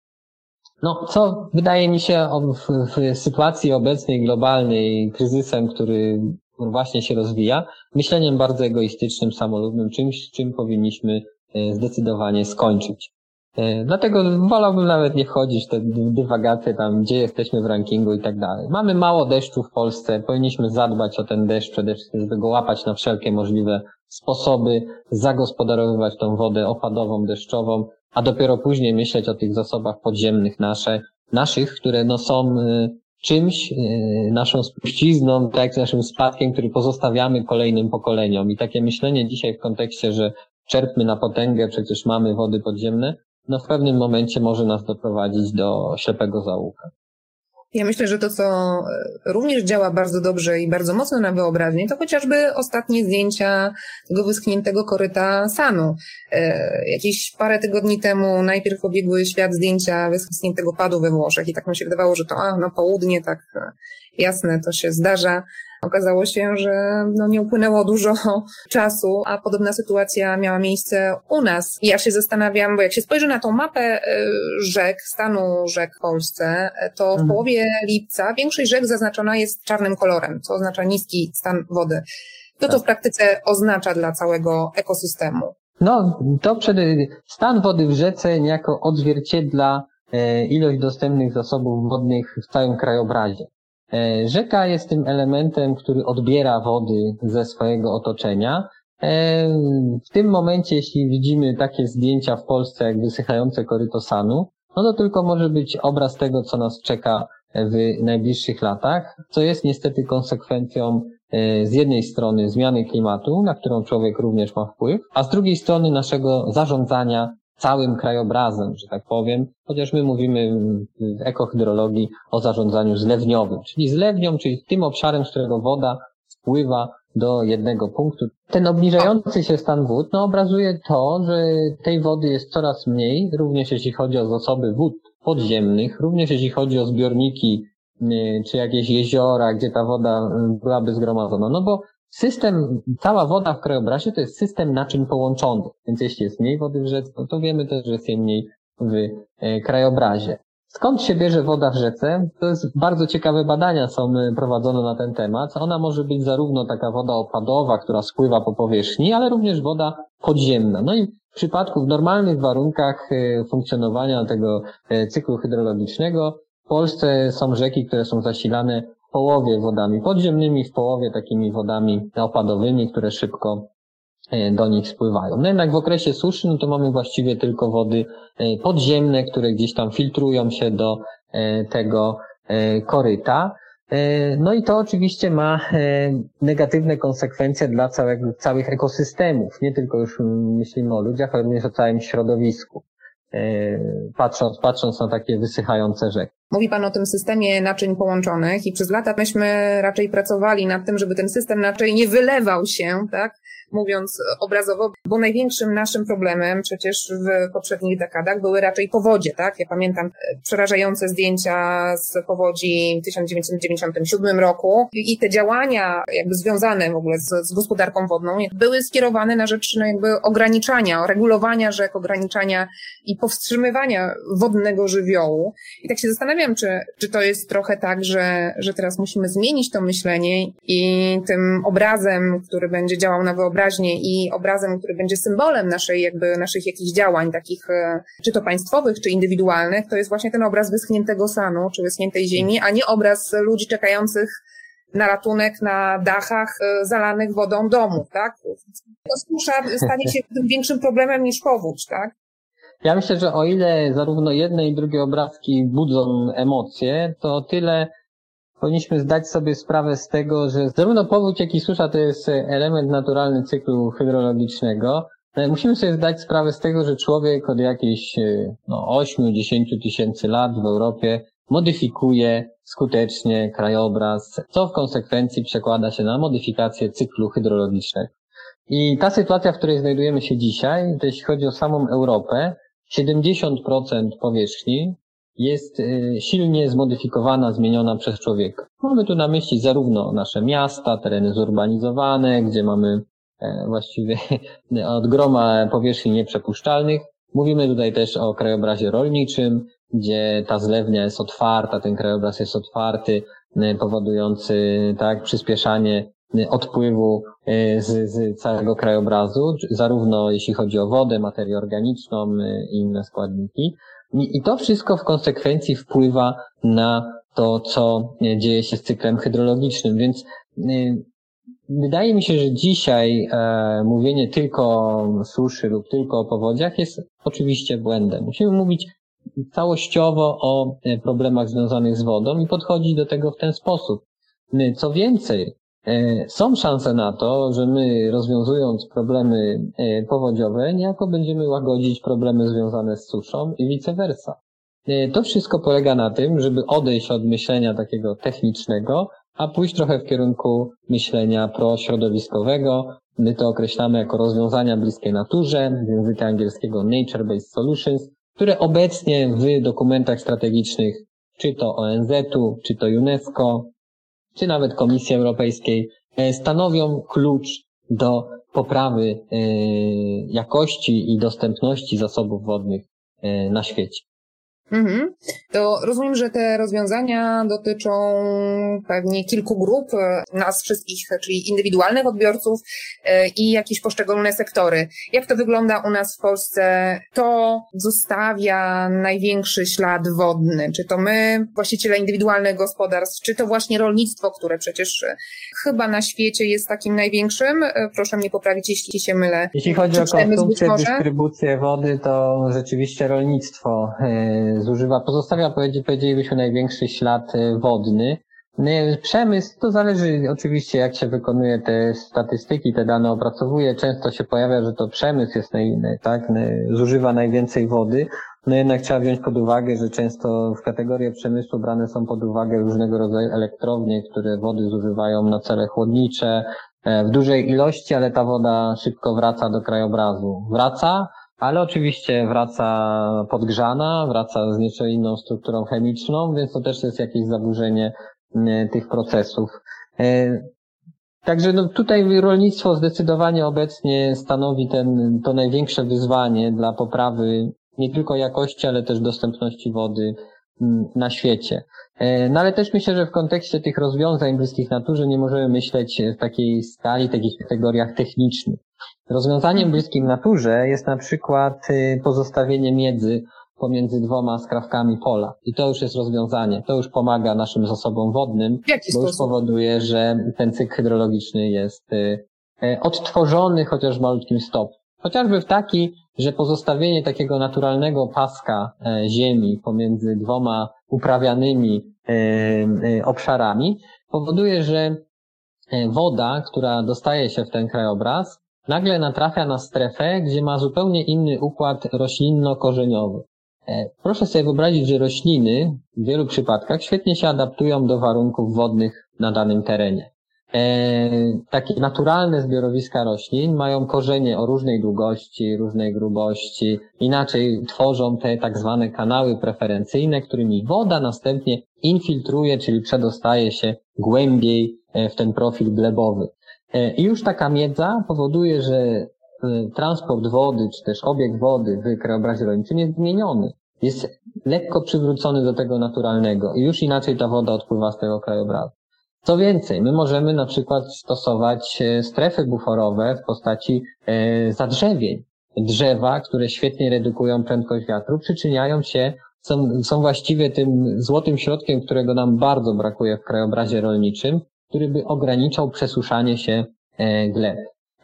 No, co wydaje mi się w, w sytuacji obecnej, globalnej, kryzysem, który właśnie się rozwija, myśleniem bardzo egoistycznym, samolubnym, czymś, z czym powinniśmy zdecydowanie skończyć. Dlatego wolałbym nawet nie wchodzić w te dywagacje tam, gdzie jesteśmy w rankingu i tak dalej. Mamy mało deszczu w Polsce, powinniśmy zadbać o ten deszcz przede wszystkim, żeby go łapać na wszelkie możliwe sposoby, zagospodarowywać tą wodę opadową, deszczową, a dopiero później myśleć o tych zasobach podziemnych nasze, naszych, które no są y, czymś, y, naszą spuścizną, tak, naszym spadkiem, który pozostawiamy kolejnym pokoleniom. I takie myślenie dzisiaj w kontekście, że czerpmy na potęgę, przecież mamy wody podziemne, no w pewnym momencie może nas doprowadzić do ślepego zaułka. Ja myślę, że to, co również działa bardzo dobrze i bardzo mocno na wyobraźnię, to chociażby ostatnie zdjęcia tego wyschniętego koryta Sanu. Jakieś parę tygodni temu najpierw obiegły świat zdjęcia wyschniętego padu we Włoszech i tak mi się wydawało, że to a, no południe, tak jasne, to się zdarza. Okazało się, że no nie upłynęło dużo czasu, a podobna sytuacja miała miejsce u nas. I ja się zastanawiam, bo jak się spojrzy na tą mapę rzek, stanu rzek w Polsce, to w mhm. połowie lipca większość rzek zaznaczona jest czarnym kolorem, co oznacza niski stan wody. Co to w praktyce oznacza dla całego ekosystemu? No, to przede stan wody w rzece niejako odzwierciedla ilość dostępnych zasobów wodnych w całym krajobrazie. Rzeka jest tym elementem, który odbiera wody ze swojego otoczenia. W tym momencie, jeśli widzimy takie zdjęcia w Polsce jak wysychające koryto Sanu, no to tylko może być obraz tego, co nas czeka w najbliższych latach, co jest niestety konsekwencją z jednej strony zmiany klimatu, na którą człowiek również ma wpływ, a z drugiej strony naszego zarządzania całym krajobrazem, że tak powiem, chociaż my mówimy w ekohydrologii o zarządzaniu zlewniowym, czyli zlewnią, czyli tym obszarem, z którego woda wpływa do jednego punktu. Ten obniżający się stan wód no, obrazuje to, że tej wody jest coraz mniej, również jeśli chodzi o zasoby wód podziemnych, również jeśli chodzi o zbiorniki czy jakieś jeziora, gdzie ta woda byłaby zgromadzona. No bo system, cała woda w krajobrazie to jest system naczyń połączonych, więc jeśli jest mniej wody w rzece, to wiemy też, że jest jej mniej w krajobrazie. Skąd się bierze woda w rzece? To jest bardzo ciekawe badania są prowadzone na ten temat. Ona może być zarówno taka woda opadowa, która spływa po powierzchni, ale również woda podziemna. No i w przypadku w normalnych warunkach funkcjonowania tego cyklu hydrologicznego w Polsce są rzeki, które są zasilane w połowie wodami podziemnymi, w połowie takimi wodami opadowymi, które szybko do nich spływają. No jednak w okresie suszy, no to mamy właściwie tylko wody podziemne, które gdzieś tam filtrują się do tego koryta. No i to oczywiście ma negatywne konsekwencje dla całego, całych ekosystemów. Nie tylko już myślimy o ludziach, ale również o całym środowisku. Patrząc, patrząc na takie wysychające rzeki. Mówi Pan o tym systemie naczyń połączonych i przez lata myśmy raczej pracowali nad tym, żeby ten system naczyń nie wylewał się, tak, mówiąc obrazowo, bo największym naszym problemem przecież w poprzednich dekadach były raczej powodzie, tak? Ja pamiętam przerażające zdjęcia z powodzi w tysiąc dziewięćset dziewięćdziesiątym siódmym roku i te działania jakby związane w ogóle z, z gospodarką wodną były skierowane na rzecz no jakby ograniczania, regulowania rzek, ograniczania i powstrzymywania wodnego żywiołu. I tak się zastanawiam, czy, czy to jest trochę tak, że, że teraz musimy zmienić to myślenie i tym obrazem, który będzie działał na wyobraźnię, wyobraźnię i obrazem, który będzie symbolem naszej, jakby naszych jakichś działań, takich czy to państwowych, czy indywidualnych, to jest właśnie ten obraz wyschniętego sanu, czy wyschniętej ziemi, a nie obraz ludzi czekających na ratunek na dachach zalanych wodą domów, tak? To susza stanie się tym większym problemem niż powódź, tak? Ja myślę, że o ile zarówno jedne i drugie obrazki budzą emocje, to o tyle powinniśmy zdać sobie sprawę z tego, że zarówno powódź, jak i susza to jest element naturalny cyklu hydrologicznego. Musimy sobie zdać sprawę z tego, że człowiek od jakichś no, osiem do dziesięciu tysięcy lat w Europie modyfikuje skutecznie krajobraz, co w konsekwencji przekłada się na modyfikację cyklu hydrologicznego. I ta sytuacja, w której znajdujemy się dzisiaj, to jeśli chodzi o samą Europę, siedemdziesiąt procent powierzchni jest silnie zmodyfikowana, zmieniona przez człowieka. Mamy tu na myśli zarówno nasze miasta, tereny zurbanizowane, gdzie mamy właściwie od groma powierzchni nieprzepuszczalnych. Mówimy tutaj też o krajobrazie rolniczym, gdzie ta zlewnia jest otwarta, ten krajobraz jest otwarty, powodujący tak przyspieszanie odpływu z, z całego krajobrazu, zarówno jeśli chodzi o wodę, materię organiczną i inne składniki. I, I to wszystko w konsekwencji wpływa na to, co dzieje się z cyklem hydrologicznym, więc y, wydaje mi się, że dzisiaj e, mówienie tylko o suszy lub tylko o powodziach jest oczywiście błędem. Musimy mówić całościowo o problemach związanych z wodą i podchodzić do tego w ten sposób. Co więcej, są szanse na to, że my rozwiązując problemy powodziowe niejako będziemy łagodzić problemy związane z suszą i vice versa. To wszystko polega na tym, żeby odejść od myślenia takiego technicznego, a pójść trochę w kierunku myślenia prośrodowiskowego. My to określamy jako rozwiązania bliskie naturze, z języka angielskiego nature-based solutions, które obecnie w dokumentach strategicznych, czy to O N Z u, czy to UNESCO, czy nawet Komisji Europejskiej, stanowią klucz do poprawy jakości i dostępności zasobów wodnych na świecie. Mhm. To rozumiem, że te rozwiązania dotyczą pewnie kilku grup, nas wszystkich, czyli indywidualnych odbiorców i jakieś poszczególne sektory. Jak to wygląda u nas w Polsce? To zostawia największy ślad wodny. Czy to my, właściciele indywidualnych gospodarstw, czy to właśnie rolnictwo, które przecież chyba na świecie jest takim największym? Proszę mnie poprawić, jeśli się mylę. Jeśli chodzi o konsumpcję, dystrybucję wody, to rzeczywiście rolnictwo zużywa, pozostawia, powiedzielibyśmy, największy ślad wodny. Przemysł, to zależy oczywiście jak się wykonuje te statystyki, te dane opracowuje. Często się pojawia, że to przemysł jest naj, tak, zużywa najwięcej wody. No jednak trzeba wziąć pod uwagę, że często w kategorię przemysłu brane są pod uwagę różnego rodzaju elektrownie, które wody zużywają na cele chłodnicze w dużej ilości, ale ta woda szybko wraca do krajobrazu. Wraca, ale oczywiście wraca podgrzana, wraca z nieco inną strukturą chemiczną, więc to też jest jakieś zaburzenie tych procesów. Także no tutaj rolnictwo zdecydowanie obecnie stanowi ten, to największe wyzwanie dla poprawy nie tylko jakości, ale też dostępności wody na świecie. No ale też myślę, że w kontekście tych rozwiązań bliskich naturze nie możemy myśleć w takiej skali, takich kategoriach technicznych. Rozwiązaniem bliskim naturze jest na przykład pozostawienie miedzy pomiędzy dwoma skrawkami pola. I to już jest rozwiązanie. To już pomaga naszym zasobom wodnym, bo już powoduje, że ten cykl hydrologiczny jest odtworzony chociaż w malutkim stopniu. Chociażby w taki, że pozostawienie takiego naturalnego paska ziemi pomiędzy dwoma uprawianymi obszarami powoduje, że woda, która dostaje się w ten krajobraz, nagle natrafia na strefę, gdzie ma zupełnie inny układ roślinno-korzeniowy. Proszę sobie wyobrazić, że rośliny w wielu przypadkach świetnie się adaptują do warunków wodnych na danym terenie. Takie naturalne zbiorowiska roślin mają korzenie o różnej długości, różnej grubości, inaczej tworzą te tak zwane kanały preferencyjne, którymi woda następnie infiltruje, czyli przedostaje się głębiej w ten profil glebowy. I już taka miedza powoduje, że transport wody, czy też obieg wody w krajobrazie rolniczym jest zmieniony. Jest lekko przywrócony do tego naturalnego i już inaczej ta woda odpływa z tego krajobrazu. Co więcej, my możemy na przykład stosować strefy buforowe w postaci zadrzewień. Drzewa, które świetnie redukują prędkość wiatru, przyczyniają się, są, są właściwie tym złotym środkiem, którego nam bardzo brakuje w krajobrazie rolniczym, który by ograniczał przesuszanie się gleb.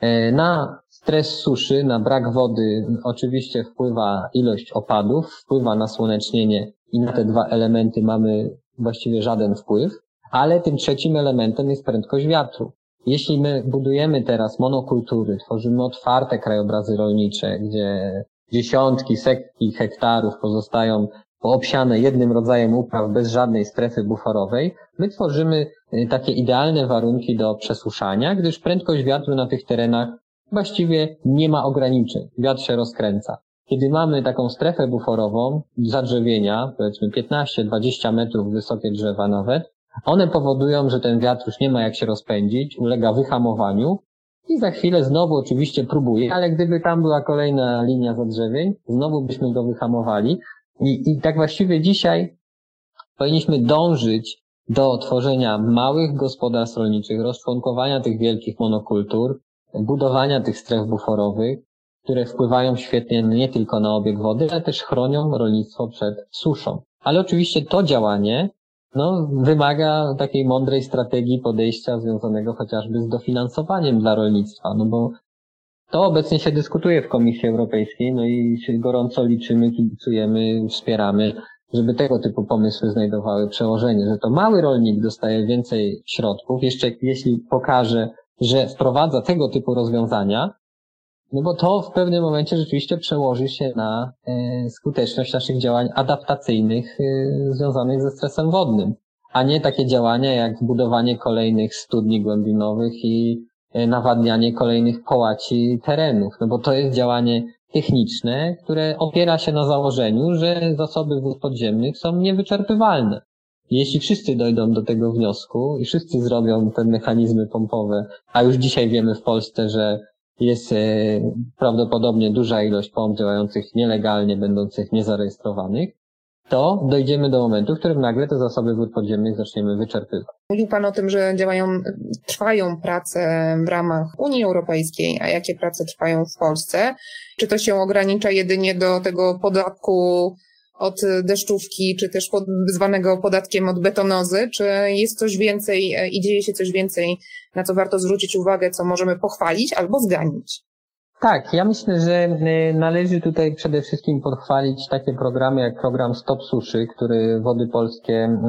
Na stres suszy, na brak wody oczywiście wpływa ilość opadów, wpływa nasłonecznienie i na te dwa elementy mamy właściwie żaden wpływ, ale tym trzecim elementem jest prędkość wiatru. Jeśli my budujemy teraz monokultury, tworzymy otwarte krajobrazy rolnicze, gdzie dziesiątki, setki hektarów pozostają poobsiane jednym rodzajem upraw bez żadnej strefy buforowej, my tworzymy takie idealne warunki do przesuszania, gdyż prędkość wiatru na tych terenach właściwie nie ma ograniczeń. Wiatr się rozkręca. Kiedy mamy taką strefę buforową, zadrzewienia, powiedzmy piętnaście dwadzieścia metrów wysokie drzewa nawet, one powodują, że ten wiatr już nie ma jak się rozpędzić, ulega wyhamowaniu i za chwilę znowu oczywiście próbuje, ale gdyby tam była kolejna linia zadrzewień, znowu byśmy go wyhamowali. I, i tak właściwie dzisiaj powinniśmy dążyć do tworzenia małych gospodarstw rolniczych, rozczłonkowania tych wielkich monokultur, budowania tych stref buforowych, które wpływają świetnie nie tylko na obieg wody, ale też chronią rolnictwo przed suszą. Ale oczywiście to działanie no, wymaga takiej mądrej strategii podejścia związanego chociażby z dofinansowaniem dla rolnictwa, no bo to obecnie się dyskutuje w Komisji Europejskiej, no i się gorąco liczymy, kibicujemy, wspieramy, żeby tego typu pomysły znajdowały przełożenie, że to mały rolnik dostaje więcej środków, jeszcze jeśli pokaże, że wprowadza tego typu rozwiązania, no bo to w pewnym momencie rzeczywiście przełoży się na e, skuteczność naszych działań adaptacyjnych e, związanych ze stresem wodnym, a nie takie działania jak budowanie kolejnych studni głębinowych i e, nawadnianie kolejnych połaci terenów, no bo to jest działanie techniczne, które opiera się na założeniu, że zasoby wód podziemnych są niewyczerpywalne. Jeśli wszyscy dojdą do tego wniosku i wszyscy zrobią te mechanizmy pompowe, a już dzisiaj wiemy w Polsce, że jest e, prawdopodobnie duża ilość pomp działających nielegalnie, będących niezarejestrowanych, to dojdziemy do momentu, w którym nagle te zasoby wód podziemnych zaczniemy wyczerpywać. Mówił Pan o tym, że działają, trwają prace w ramach Unii Europejskiej, a jakie prace trwają w Polsce? Czy to się ogranicza jedynie do tego podatku od deszczówki, czy też pod, zwanego podatkiem od betonozy, czy jest coś więcej i dzieje się coś więcej, na co warto zwrócić uwagę, co możemy pochwalić albo zganić? Tak, ja myślę, że należy tutaj przede wszystkim pochwalić takie programy jak program Stop Suszy, który Wody Polskie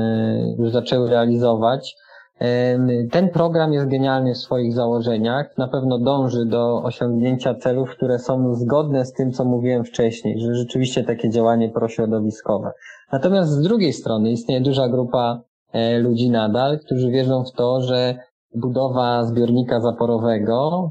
już zaczęły realizować. Ten program jest genialny w swoich założeniach, na pewno dąży do osiągnięcia celów, które są zgodne z tym, co mówiłem wcześniej, że rzeczywiście takie działanie prośrodowiskowe. Natomiast z drugiej strony istnieje duża grupa ludzi nadal, którzy wierzą w to, że budowa zbiornika zaporowego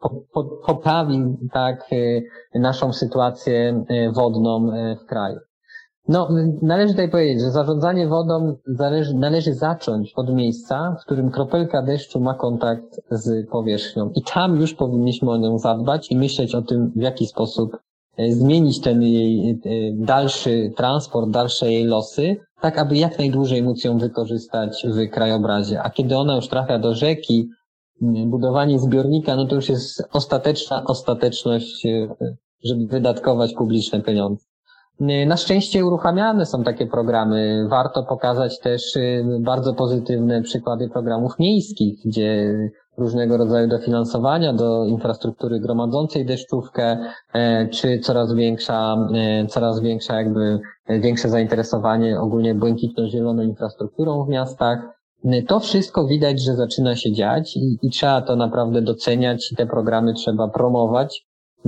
poprawi tak naszą sytuację wodną w kraju. No, należy tutaj powiedzieć, że zarządzanie wodą zależy, należy zacząć od miejsca, w którym kropelka deszczu ma kontakt z powierzchnią. I tam już powinniśmy o nią zadbać i myśleć o tym, w jaki sposób zmienić ten jej dalszy transport, dalsze jej losy, tak aby jak najdłużej móc ją wykorzystać w krajobrazie. A kiedy ona już trafia do rzeki, budowanie zbiornika, no to już jest ostateczna ostateczność, żeby wydatkować publiczne pieniądze. Na szczęście uruchamiane są takie programy. Warto pokazać też bardzo pozytywne przykłady programów miejskich, gdzie różnego rodzaju dofinansowania do infrastruktury gromadzącej deszczówkę, czy coraz większa, coraz większa jakby, większe zainteresowanie ogólnie błękitno-zieloną infrastrukturą w miastach. To wszystko widać, że zaczyna się dziać i, i trzeba to naprawdę doceniać i te programy trzeba promować.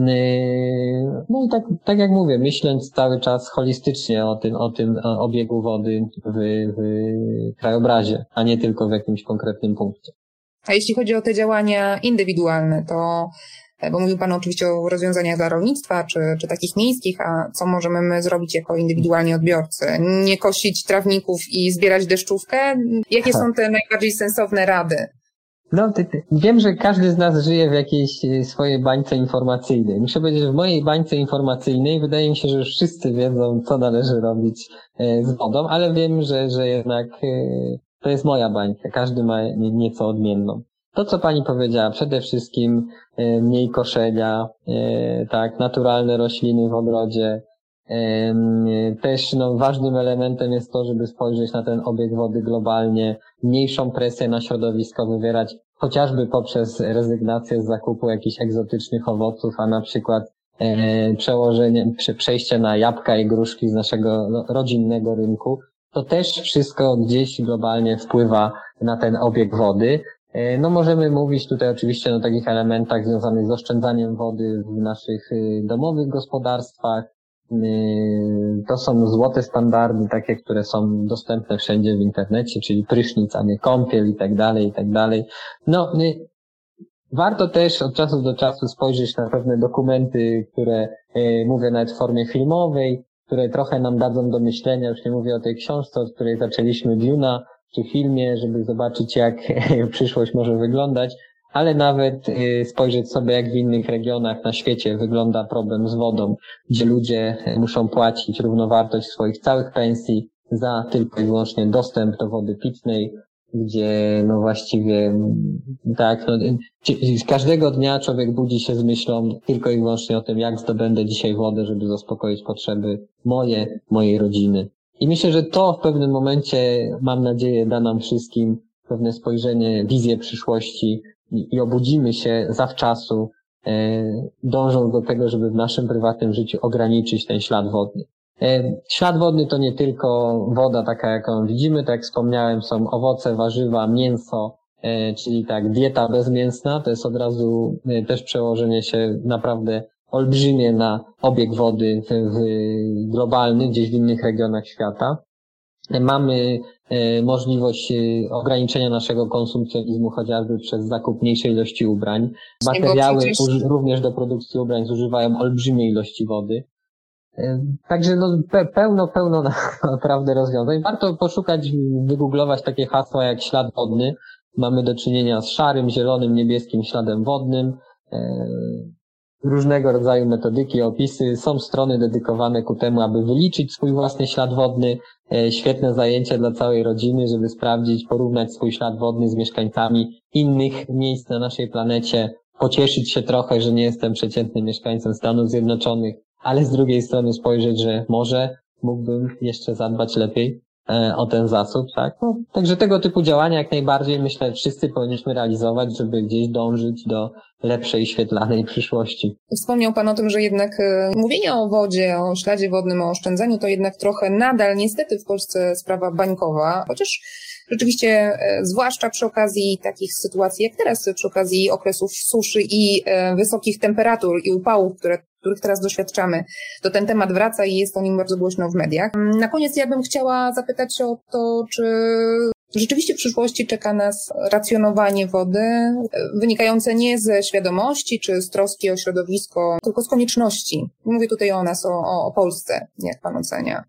No i tak, tak jak mówię, myśląc cały czas holistycznie o tym, o tym obiegu wody w, w krajobrazie, a nie tylko w jakimś konkretnym punkcie. A jeśli chodzi o te działania indywidualne, to, bo mówił Pan oczywiście o rozwiązaniach dla rolnictwa, czy, czy takich miejskich, a co możemy my zrobić jako indywidualni odbiorcy? Nie kosić trawników i zbierać deszczówkę? Jakie są te najbardziej sensowne rady? No, ty, ty, wiem, że każdy z nas żyje w jakiejś swojej bańce informacyjnej. Muszę powiedzieć, że w mojej bańce informacyjnej wydaje mi się, że już wszyscy wiedzą, co należy robić z wodą, ale wiem, że, że jednak to jest moja bańka, każdy ma nieco odmienną. To, co pani powiedziała, przede wszystkim e, mniej koszenia, e, tak, naturalne rośliny w ogrodzie. E, też no, ważnym elementem jest to, żeby spojrzeć na ten obieg wody globalnie, mniejszą presję na środowisko wywierać, chociażby poprzez rezygnację z zakupu jakichś egzotycznych owoców, a na przykład e, przełożenie, prze, przejście na jabłka i gruszki z naszego no, rodzinnego rynku. To też wszystko gdzieś globalnie wpływa na ten obieg wody. No możemy mówić tutaj oczywiście o takich elementach związanych z oszczędzaniem wody w naszych domowych gospodarstwach. To są złote standardy, takie, które są dostępne wszędzie w internecie, czyli prysznic, a nie kąpiel i tak dalej, i tak dalej. No, warto też od czasu do czasu spojrzeć na pewne dokumenty, które mówię nawet w formie filmowej, które trochę nam dadzą do myślenia, już nie mówię o tej książce, od której zaczęliśmy, Dune'a, czy filmie, żeby zobaczyć, jak przyszłość może wyglądać, ale nawet spojrzeć sobie, jak w innych regionach na świecie wygląda problem z wodą, gdzie ludzie muszą płacić równowartość swoich całych pensji za tylko i wyłącznie dostęp do wody pitnej, gdzie no właściwie tak, no, każdego dnia człowiek budzi się z myślą tylko i wyłącznie o tym, jak zdobędę dzisiaj wodę, żeby zaspokoić potrzeby moje, mojej rodziny. I myślę, że to w pewnym momencie, mam nadzieję, da nam wszystkim pewne spojrzenie, wizję przyszłości i, i obudzimy się zawczasu, e, dążąc do tego, żeby w naszym prywatnym życiu ograniczyć ten ślad wodny. E, ślad wodny to nie tylko woda taka, jaką widzimy, tak jak wspomniałem, są owoce, warzywa, mięso, e, czyli tak dieta bezmięsna, to jest od razu e, też przełożenie się naprawdę olbrzymie na obieg wody w, w globalny, gdzieś w innych regionach świata. Mamy e, możliwość e, ograniczenia naszego konsumpcjonizmu chociażby przez zakup mniejszej ilości ubrań. Materiały uży, również do produkcji ubrań zużywają olbrzymie ilości wody. E, także no, pe, pełno, pełno na, naprawdę rozwiązań. Warto poszukać, wygooglować takie hasła jak ślad wodny. Mamy do czynienia z szarym, zielonym, niebieskim śladem wodnym. E, Różnego rodzaju metodyki, opisy. Są strony dedykowane ku temu, aby wyliczyć swój własny ślad wodny. Świetne zajęcie dla całej rodziny, żeby sprawdzić, porównać swój ślad wodny z mieszkańcami innych miejsc na naszej planecie. Pocieszyć się trochę, że nie jestem przeciętnym mieszkańcem Stanów Zjednoczonych, ale z drugiej strony spojrzeć, że może mógłbym jeszcze zadbać lepiej o ten zasób, tak? No, także tego typu działania jak najbardziej, myślę, wszyscy powinniśmy realizować, żeby gdzieś dążyć do lepszej, świetlanej przyszłości. Wspomniał Pan o tym, że jednak mówienie o wodzie, o śladzie wodnym, o oszczędzaniu to jednak trochę nadal niestety w Polsce sprawa bańkowa, chociaż rzeczywiście, zwłaszcza przy okazji takich sytuacji jak teraz, przy okazji okresów suszy i wysokich temperatur i upałów, które których teraz doświadczamy, to ten temat wraca i jest o nim bardzo głośno w mediach. Na koniec ja bym chciała zapytać o to, czy rzeczywiście w przyszłości czeka nas racjonowanie wody, wynikające nie ze świadomości czy z troski o środowisko, tylko z konieczności. Mówię tutaj o nas, o, o Polsce, jak Pan ocenia.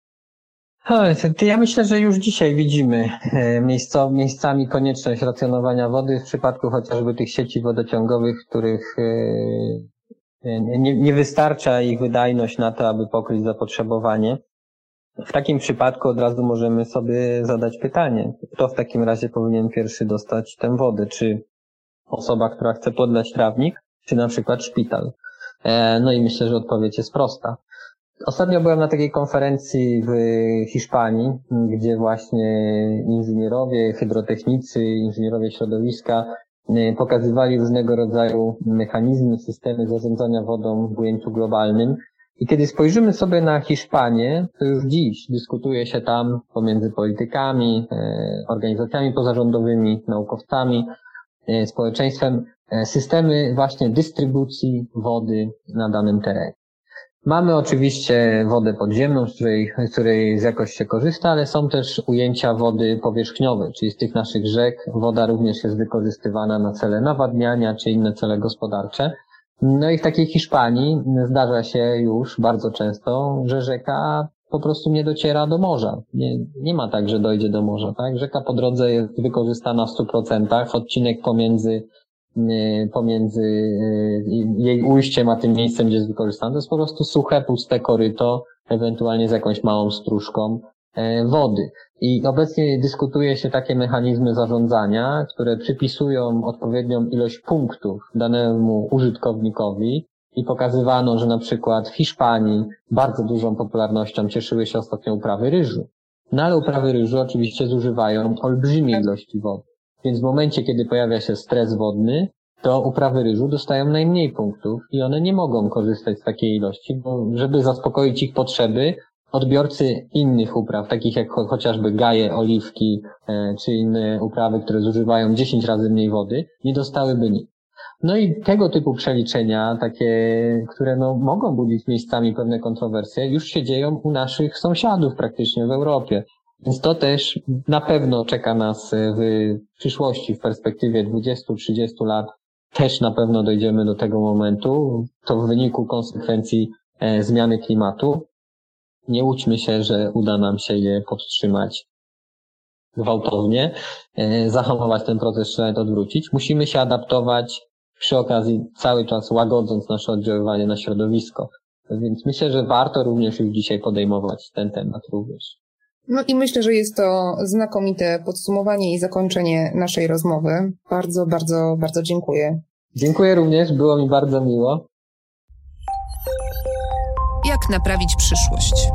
Ja myślę, że już dzisiaj widzimy miejsco, miejscami konieczność racjonowania wody w przypadku chociażby tych sieci wodociągowych, w których Nie, nie wystarcza ich wydajność na to, aby pokryć zapotrzebowanie. W takim przypadku od razu możemy sobie zadać pytanie, kto w takim razie powinien pierwszy dostać tę wodę? Czy osoba, która chce podlać trawnik, czy na przykład szpital? No i myślę, że odpowiedź jest prosta. Ostatnio byłem na takiej konferencji w Hiszpanii, gdzie właśnie inżynierowie, hydrotechnicy, inżynierowie środowiska pokazywali różnego rodzaju mechanizmy, systemy zarządzania wodą w ujęciu globalnym. I kiedy spojrzymy sobie na Hiszpanię, to już dziś dyskutuje się tam pomiędzy politykami, organizacjami pozarządowymi, naukowcami, społeczeństwem systemy właśnie dystrybucji wody na danym terenie. Mamy oczywiście wodę podziemną, z której, z której z jakoś się korzysta, ale są też ujęcia wody powierzchniowej, czyli z tych naszych rzek woda również jest wykorzystywana na cele nawadniania czy inne cele gospodarcze. No i w takiej Hiszpanii zdarza się już bardzo często, że rzeka po prostu nie dociera do morza. Nie, nie ma tak, że dojdzie do morza, tak? Rzeka po drodze jest wykorzystana w stu procentach, odcinek pomiędzy pomiędzy jej ujściem a tym miejscem, gdzie jest wykorzystane, to jest po prostu suche, puste koryto, ewentualnie z jakąś małą stróżką. wody. I obecnie dyskutuje się takie mechanizmy zarządzania, które przypisują odpowiednią ilość punktów danemu użytkownikowi i pokazywano, że na przykład w Hiszpanii bardzo dużą popularnością cieszyły się ostatnio uprawy ryżu. No ale uprawy ryżu oczywiście zużywają olbrzymie ilości wody. Więc w momencie, kiedy pojawia się stres wodny, to uprawy ryżu dostają najmniej punktów i one nie mogą korzystać z takiej ilości, bo żeby zaspokoić ich potrzeby, odbiorcy innych upraw, takich jak cho- chociażby gaje, oliwki e, czy inne uprawy, które zużywają dziesięć razy mniej wody, nie dostałyby nic. No i tego typu przeliczenia, takie, które no, mogą budzić miejscami pewne kontrowersje, już się dzieją u naszych sąsiadów praktycznie w Europie. Więc to też na pewno czeka nas w przyszłości, w perspektywie dwudziestu do trzydziestu lat. Też na pewno dojdziemy do tego momentu. To w wyniku konsekwencji e, zmiany klimatu. Nie łudźmy się, że uda nam się je podtrzymać gwałtownie, e, zahamować ten proces, czy nawet odwrócić. Musimy się adaptować przy okazji cały czas łagodząc nasze oddziaływanie na środowisko. Więc myślę, że warto również już dzisiaj podejmować ten temat również. No i myślę, że jest to znakomite podsumowanie i zakończenie naszej rozmowy. Bardzo, bardzo, bardzo dziękuję. Dziękuję również, było mi bardzo miło. Jak naprawić przyszłość?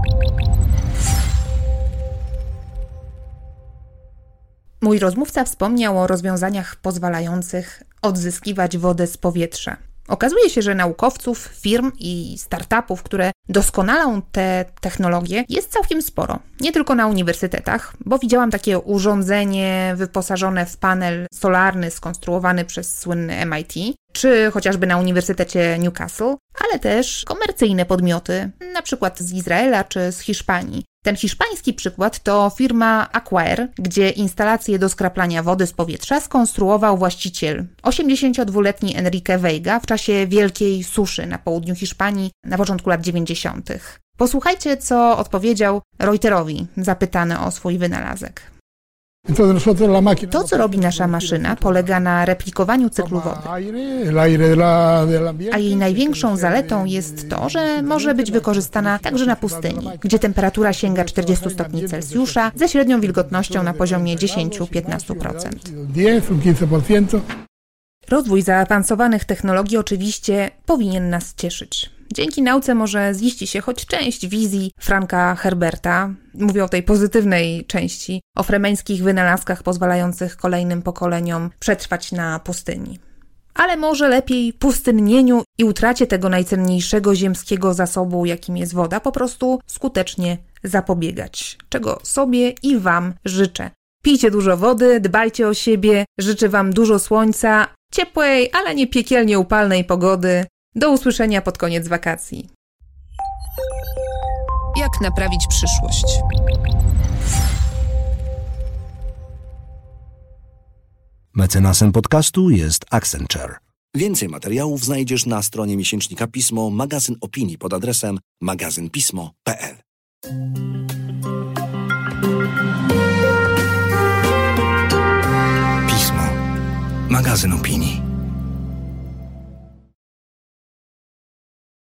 Mój rozmówca wspomniał o rozwiązaniach pozwalających odzyskiwać wodę z powietrza. Okazuje się, że naukowców, firm i startupów, które doskonalą te technologie, jest całkiem sporo. Nie tylko na uniwersytetach, bo widziałam takie urządzenie wyposażone w panel solarny skonstruowany przez słynny M I T, czy chociażby na Uniwersytecie Newcastle, ale też komercyjne podmioty, na przykład z Izraela czy z Hiszpanii. Ten hiszpański przykład to firma Aquair, gdzie instalację do skraplania wody z powietrza skonstruował właściciel, osiemdziesięciodwuletni Enrique Veiga, w czasie wielkiej suszy na południu Hiszpanii na początku lat dziewięćdziesiątych. Posłuchajcie, co odpowiedział Reuterowi, zapytany o swój wynalazek. To, co robi nasza maszyna, polega na replikowaniu cyklu wody. A jej największą zaletą jest to, że może być wykorzystana także na pustyni, gdzie temperatura sięga czterdziestu stopni Celsjusza ze średnią wilgotnością na poziomie dziesięć do piętnastu procent. Rozwój zaawansowanych technologii oczywiście powinien nas cieszyć. Dzięki nauce może ziści się choć część wizji Franka Herberta, mówię o tej pozytywnej części, o fremeńskich wynalazkach pozwalających kolejnym pokoleniom przetrwać na pustyni. Ale może lepiej pustynnieniu i utracie tego najcenniejszego ziemskiego zasobu, jakim jest woda, po prostu skutecznie zapobiegać, czego sobie i Wam życzę. Pijcie dużo wody, dbajcie o siebie, życzę Wam dużo słońca, ciepłej, ale nie piekielnie upalnej pogody. Do usłyszenia pod koniec wakacji. Jak naprawić przyszłość? Mecenasem podcastu jest Accenture. Więcej materiałów znajdziesz na stronie miesięcznika Pismo, magazyn opinii pod adresem magazynpismo kropka p l. Pismo. Magazyn opinii.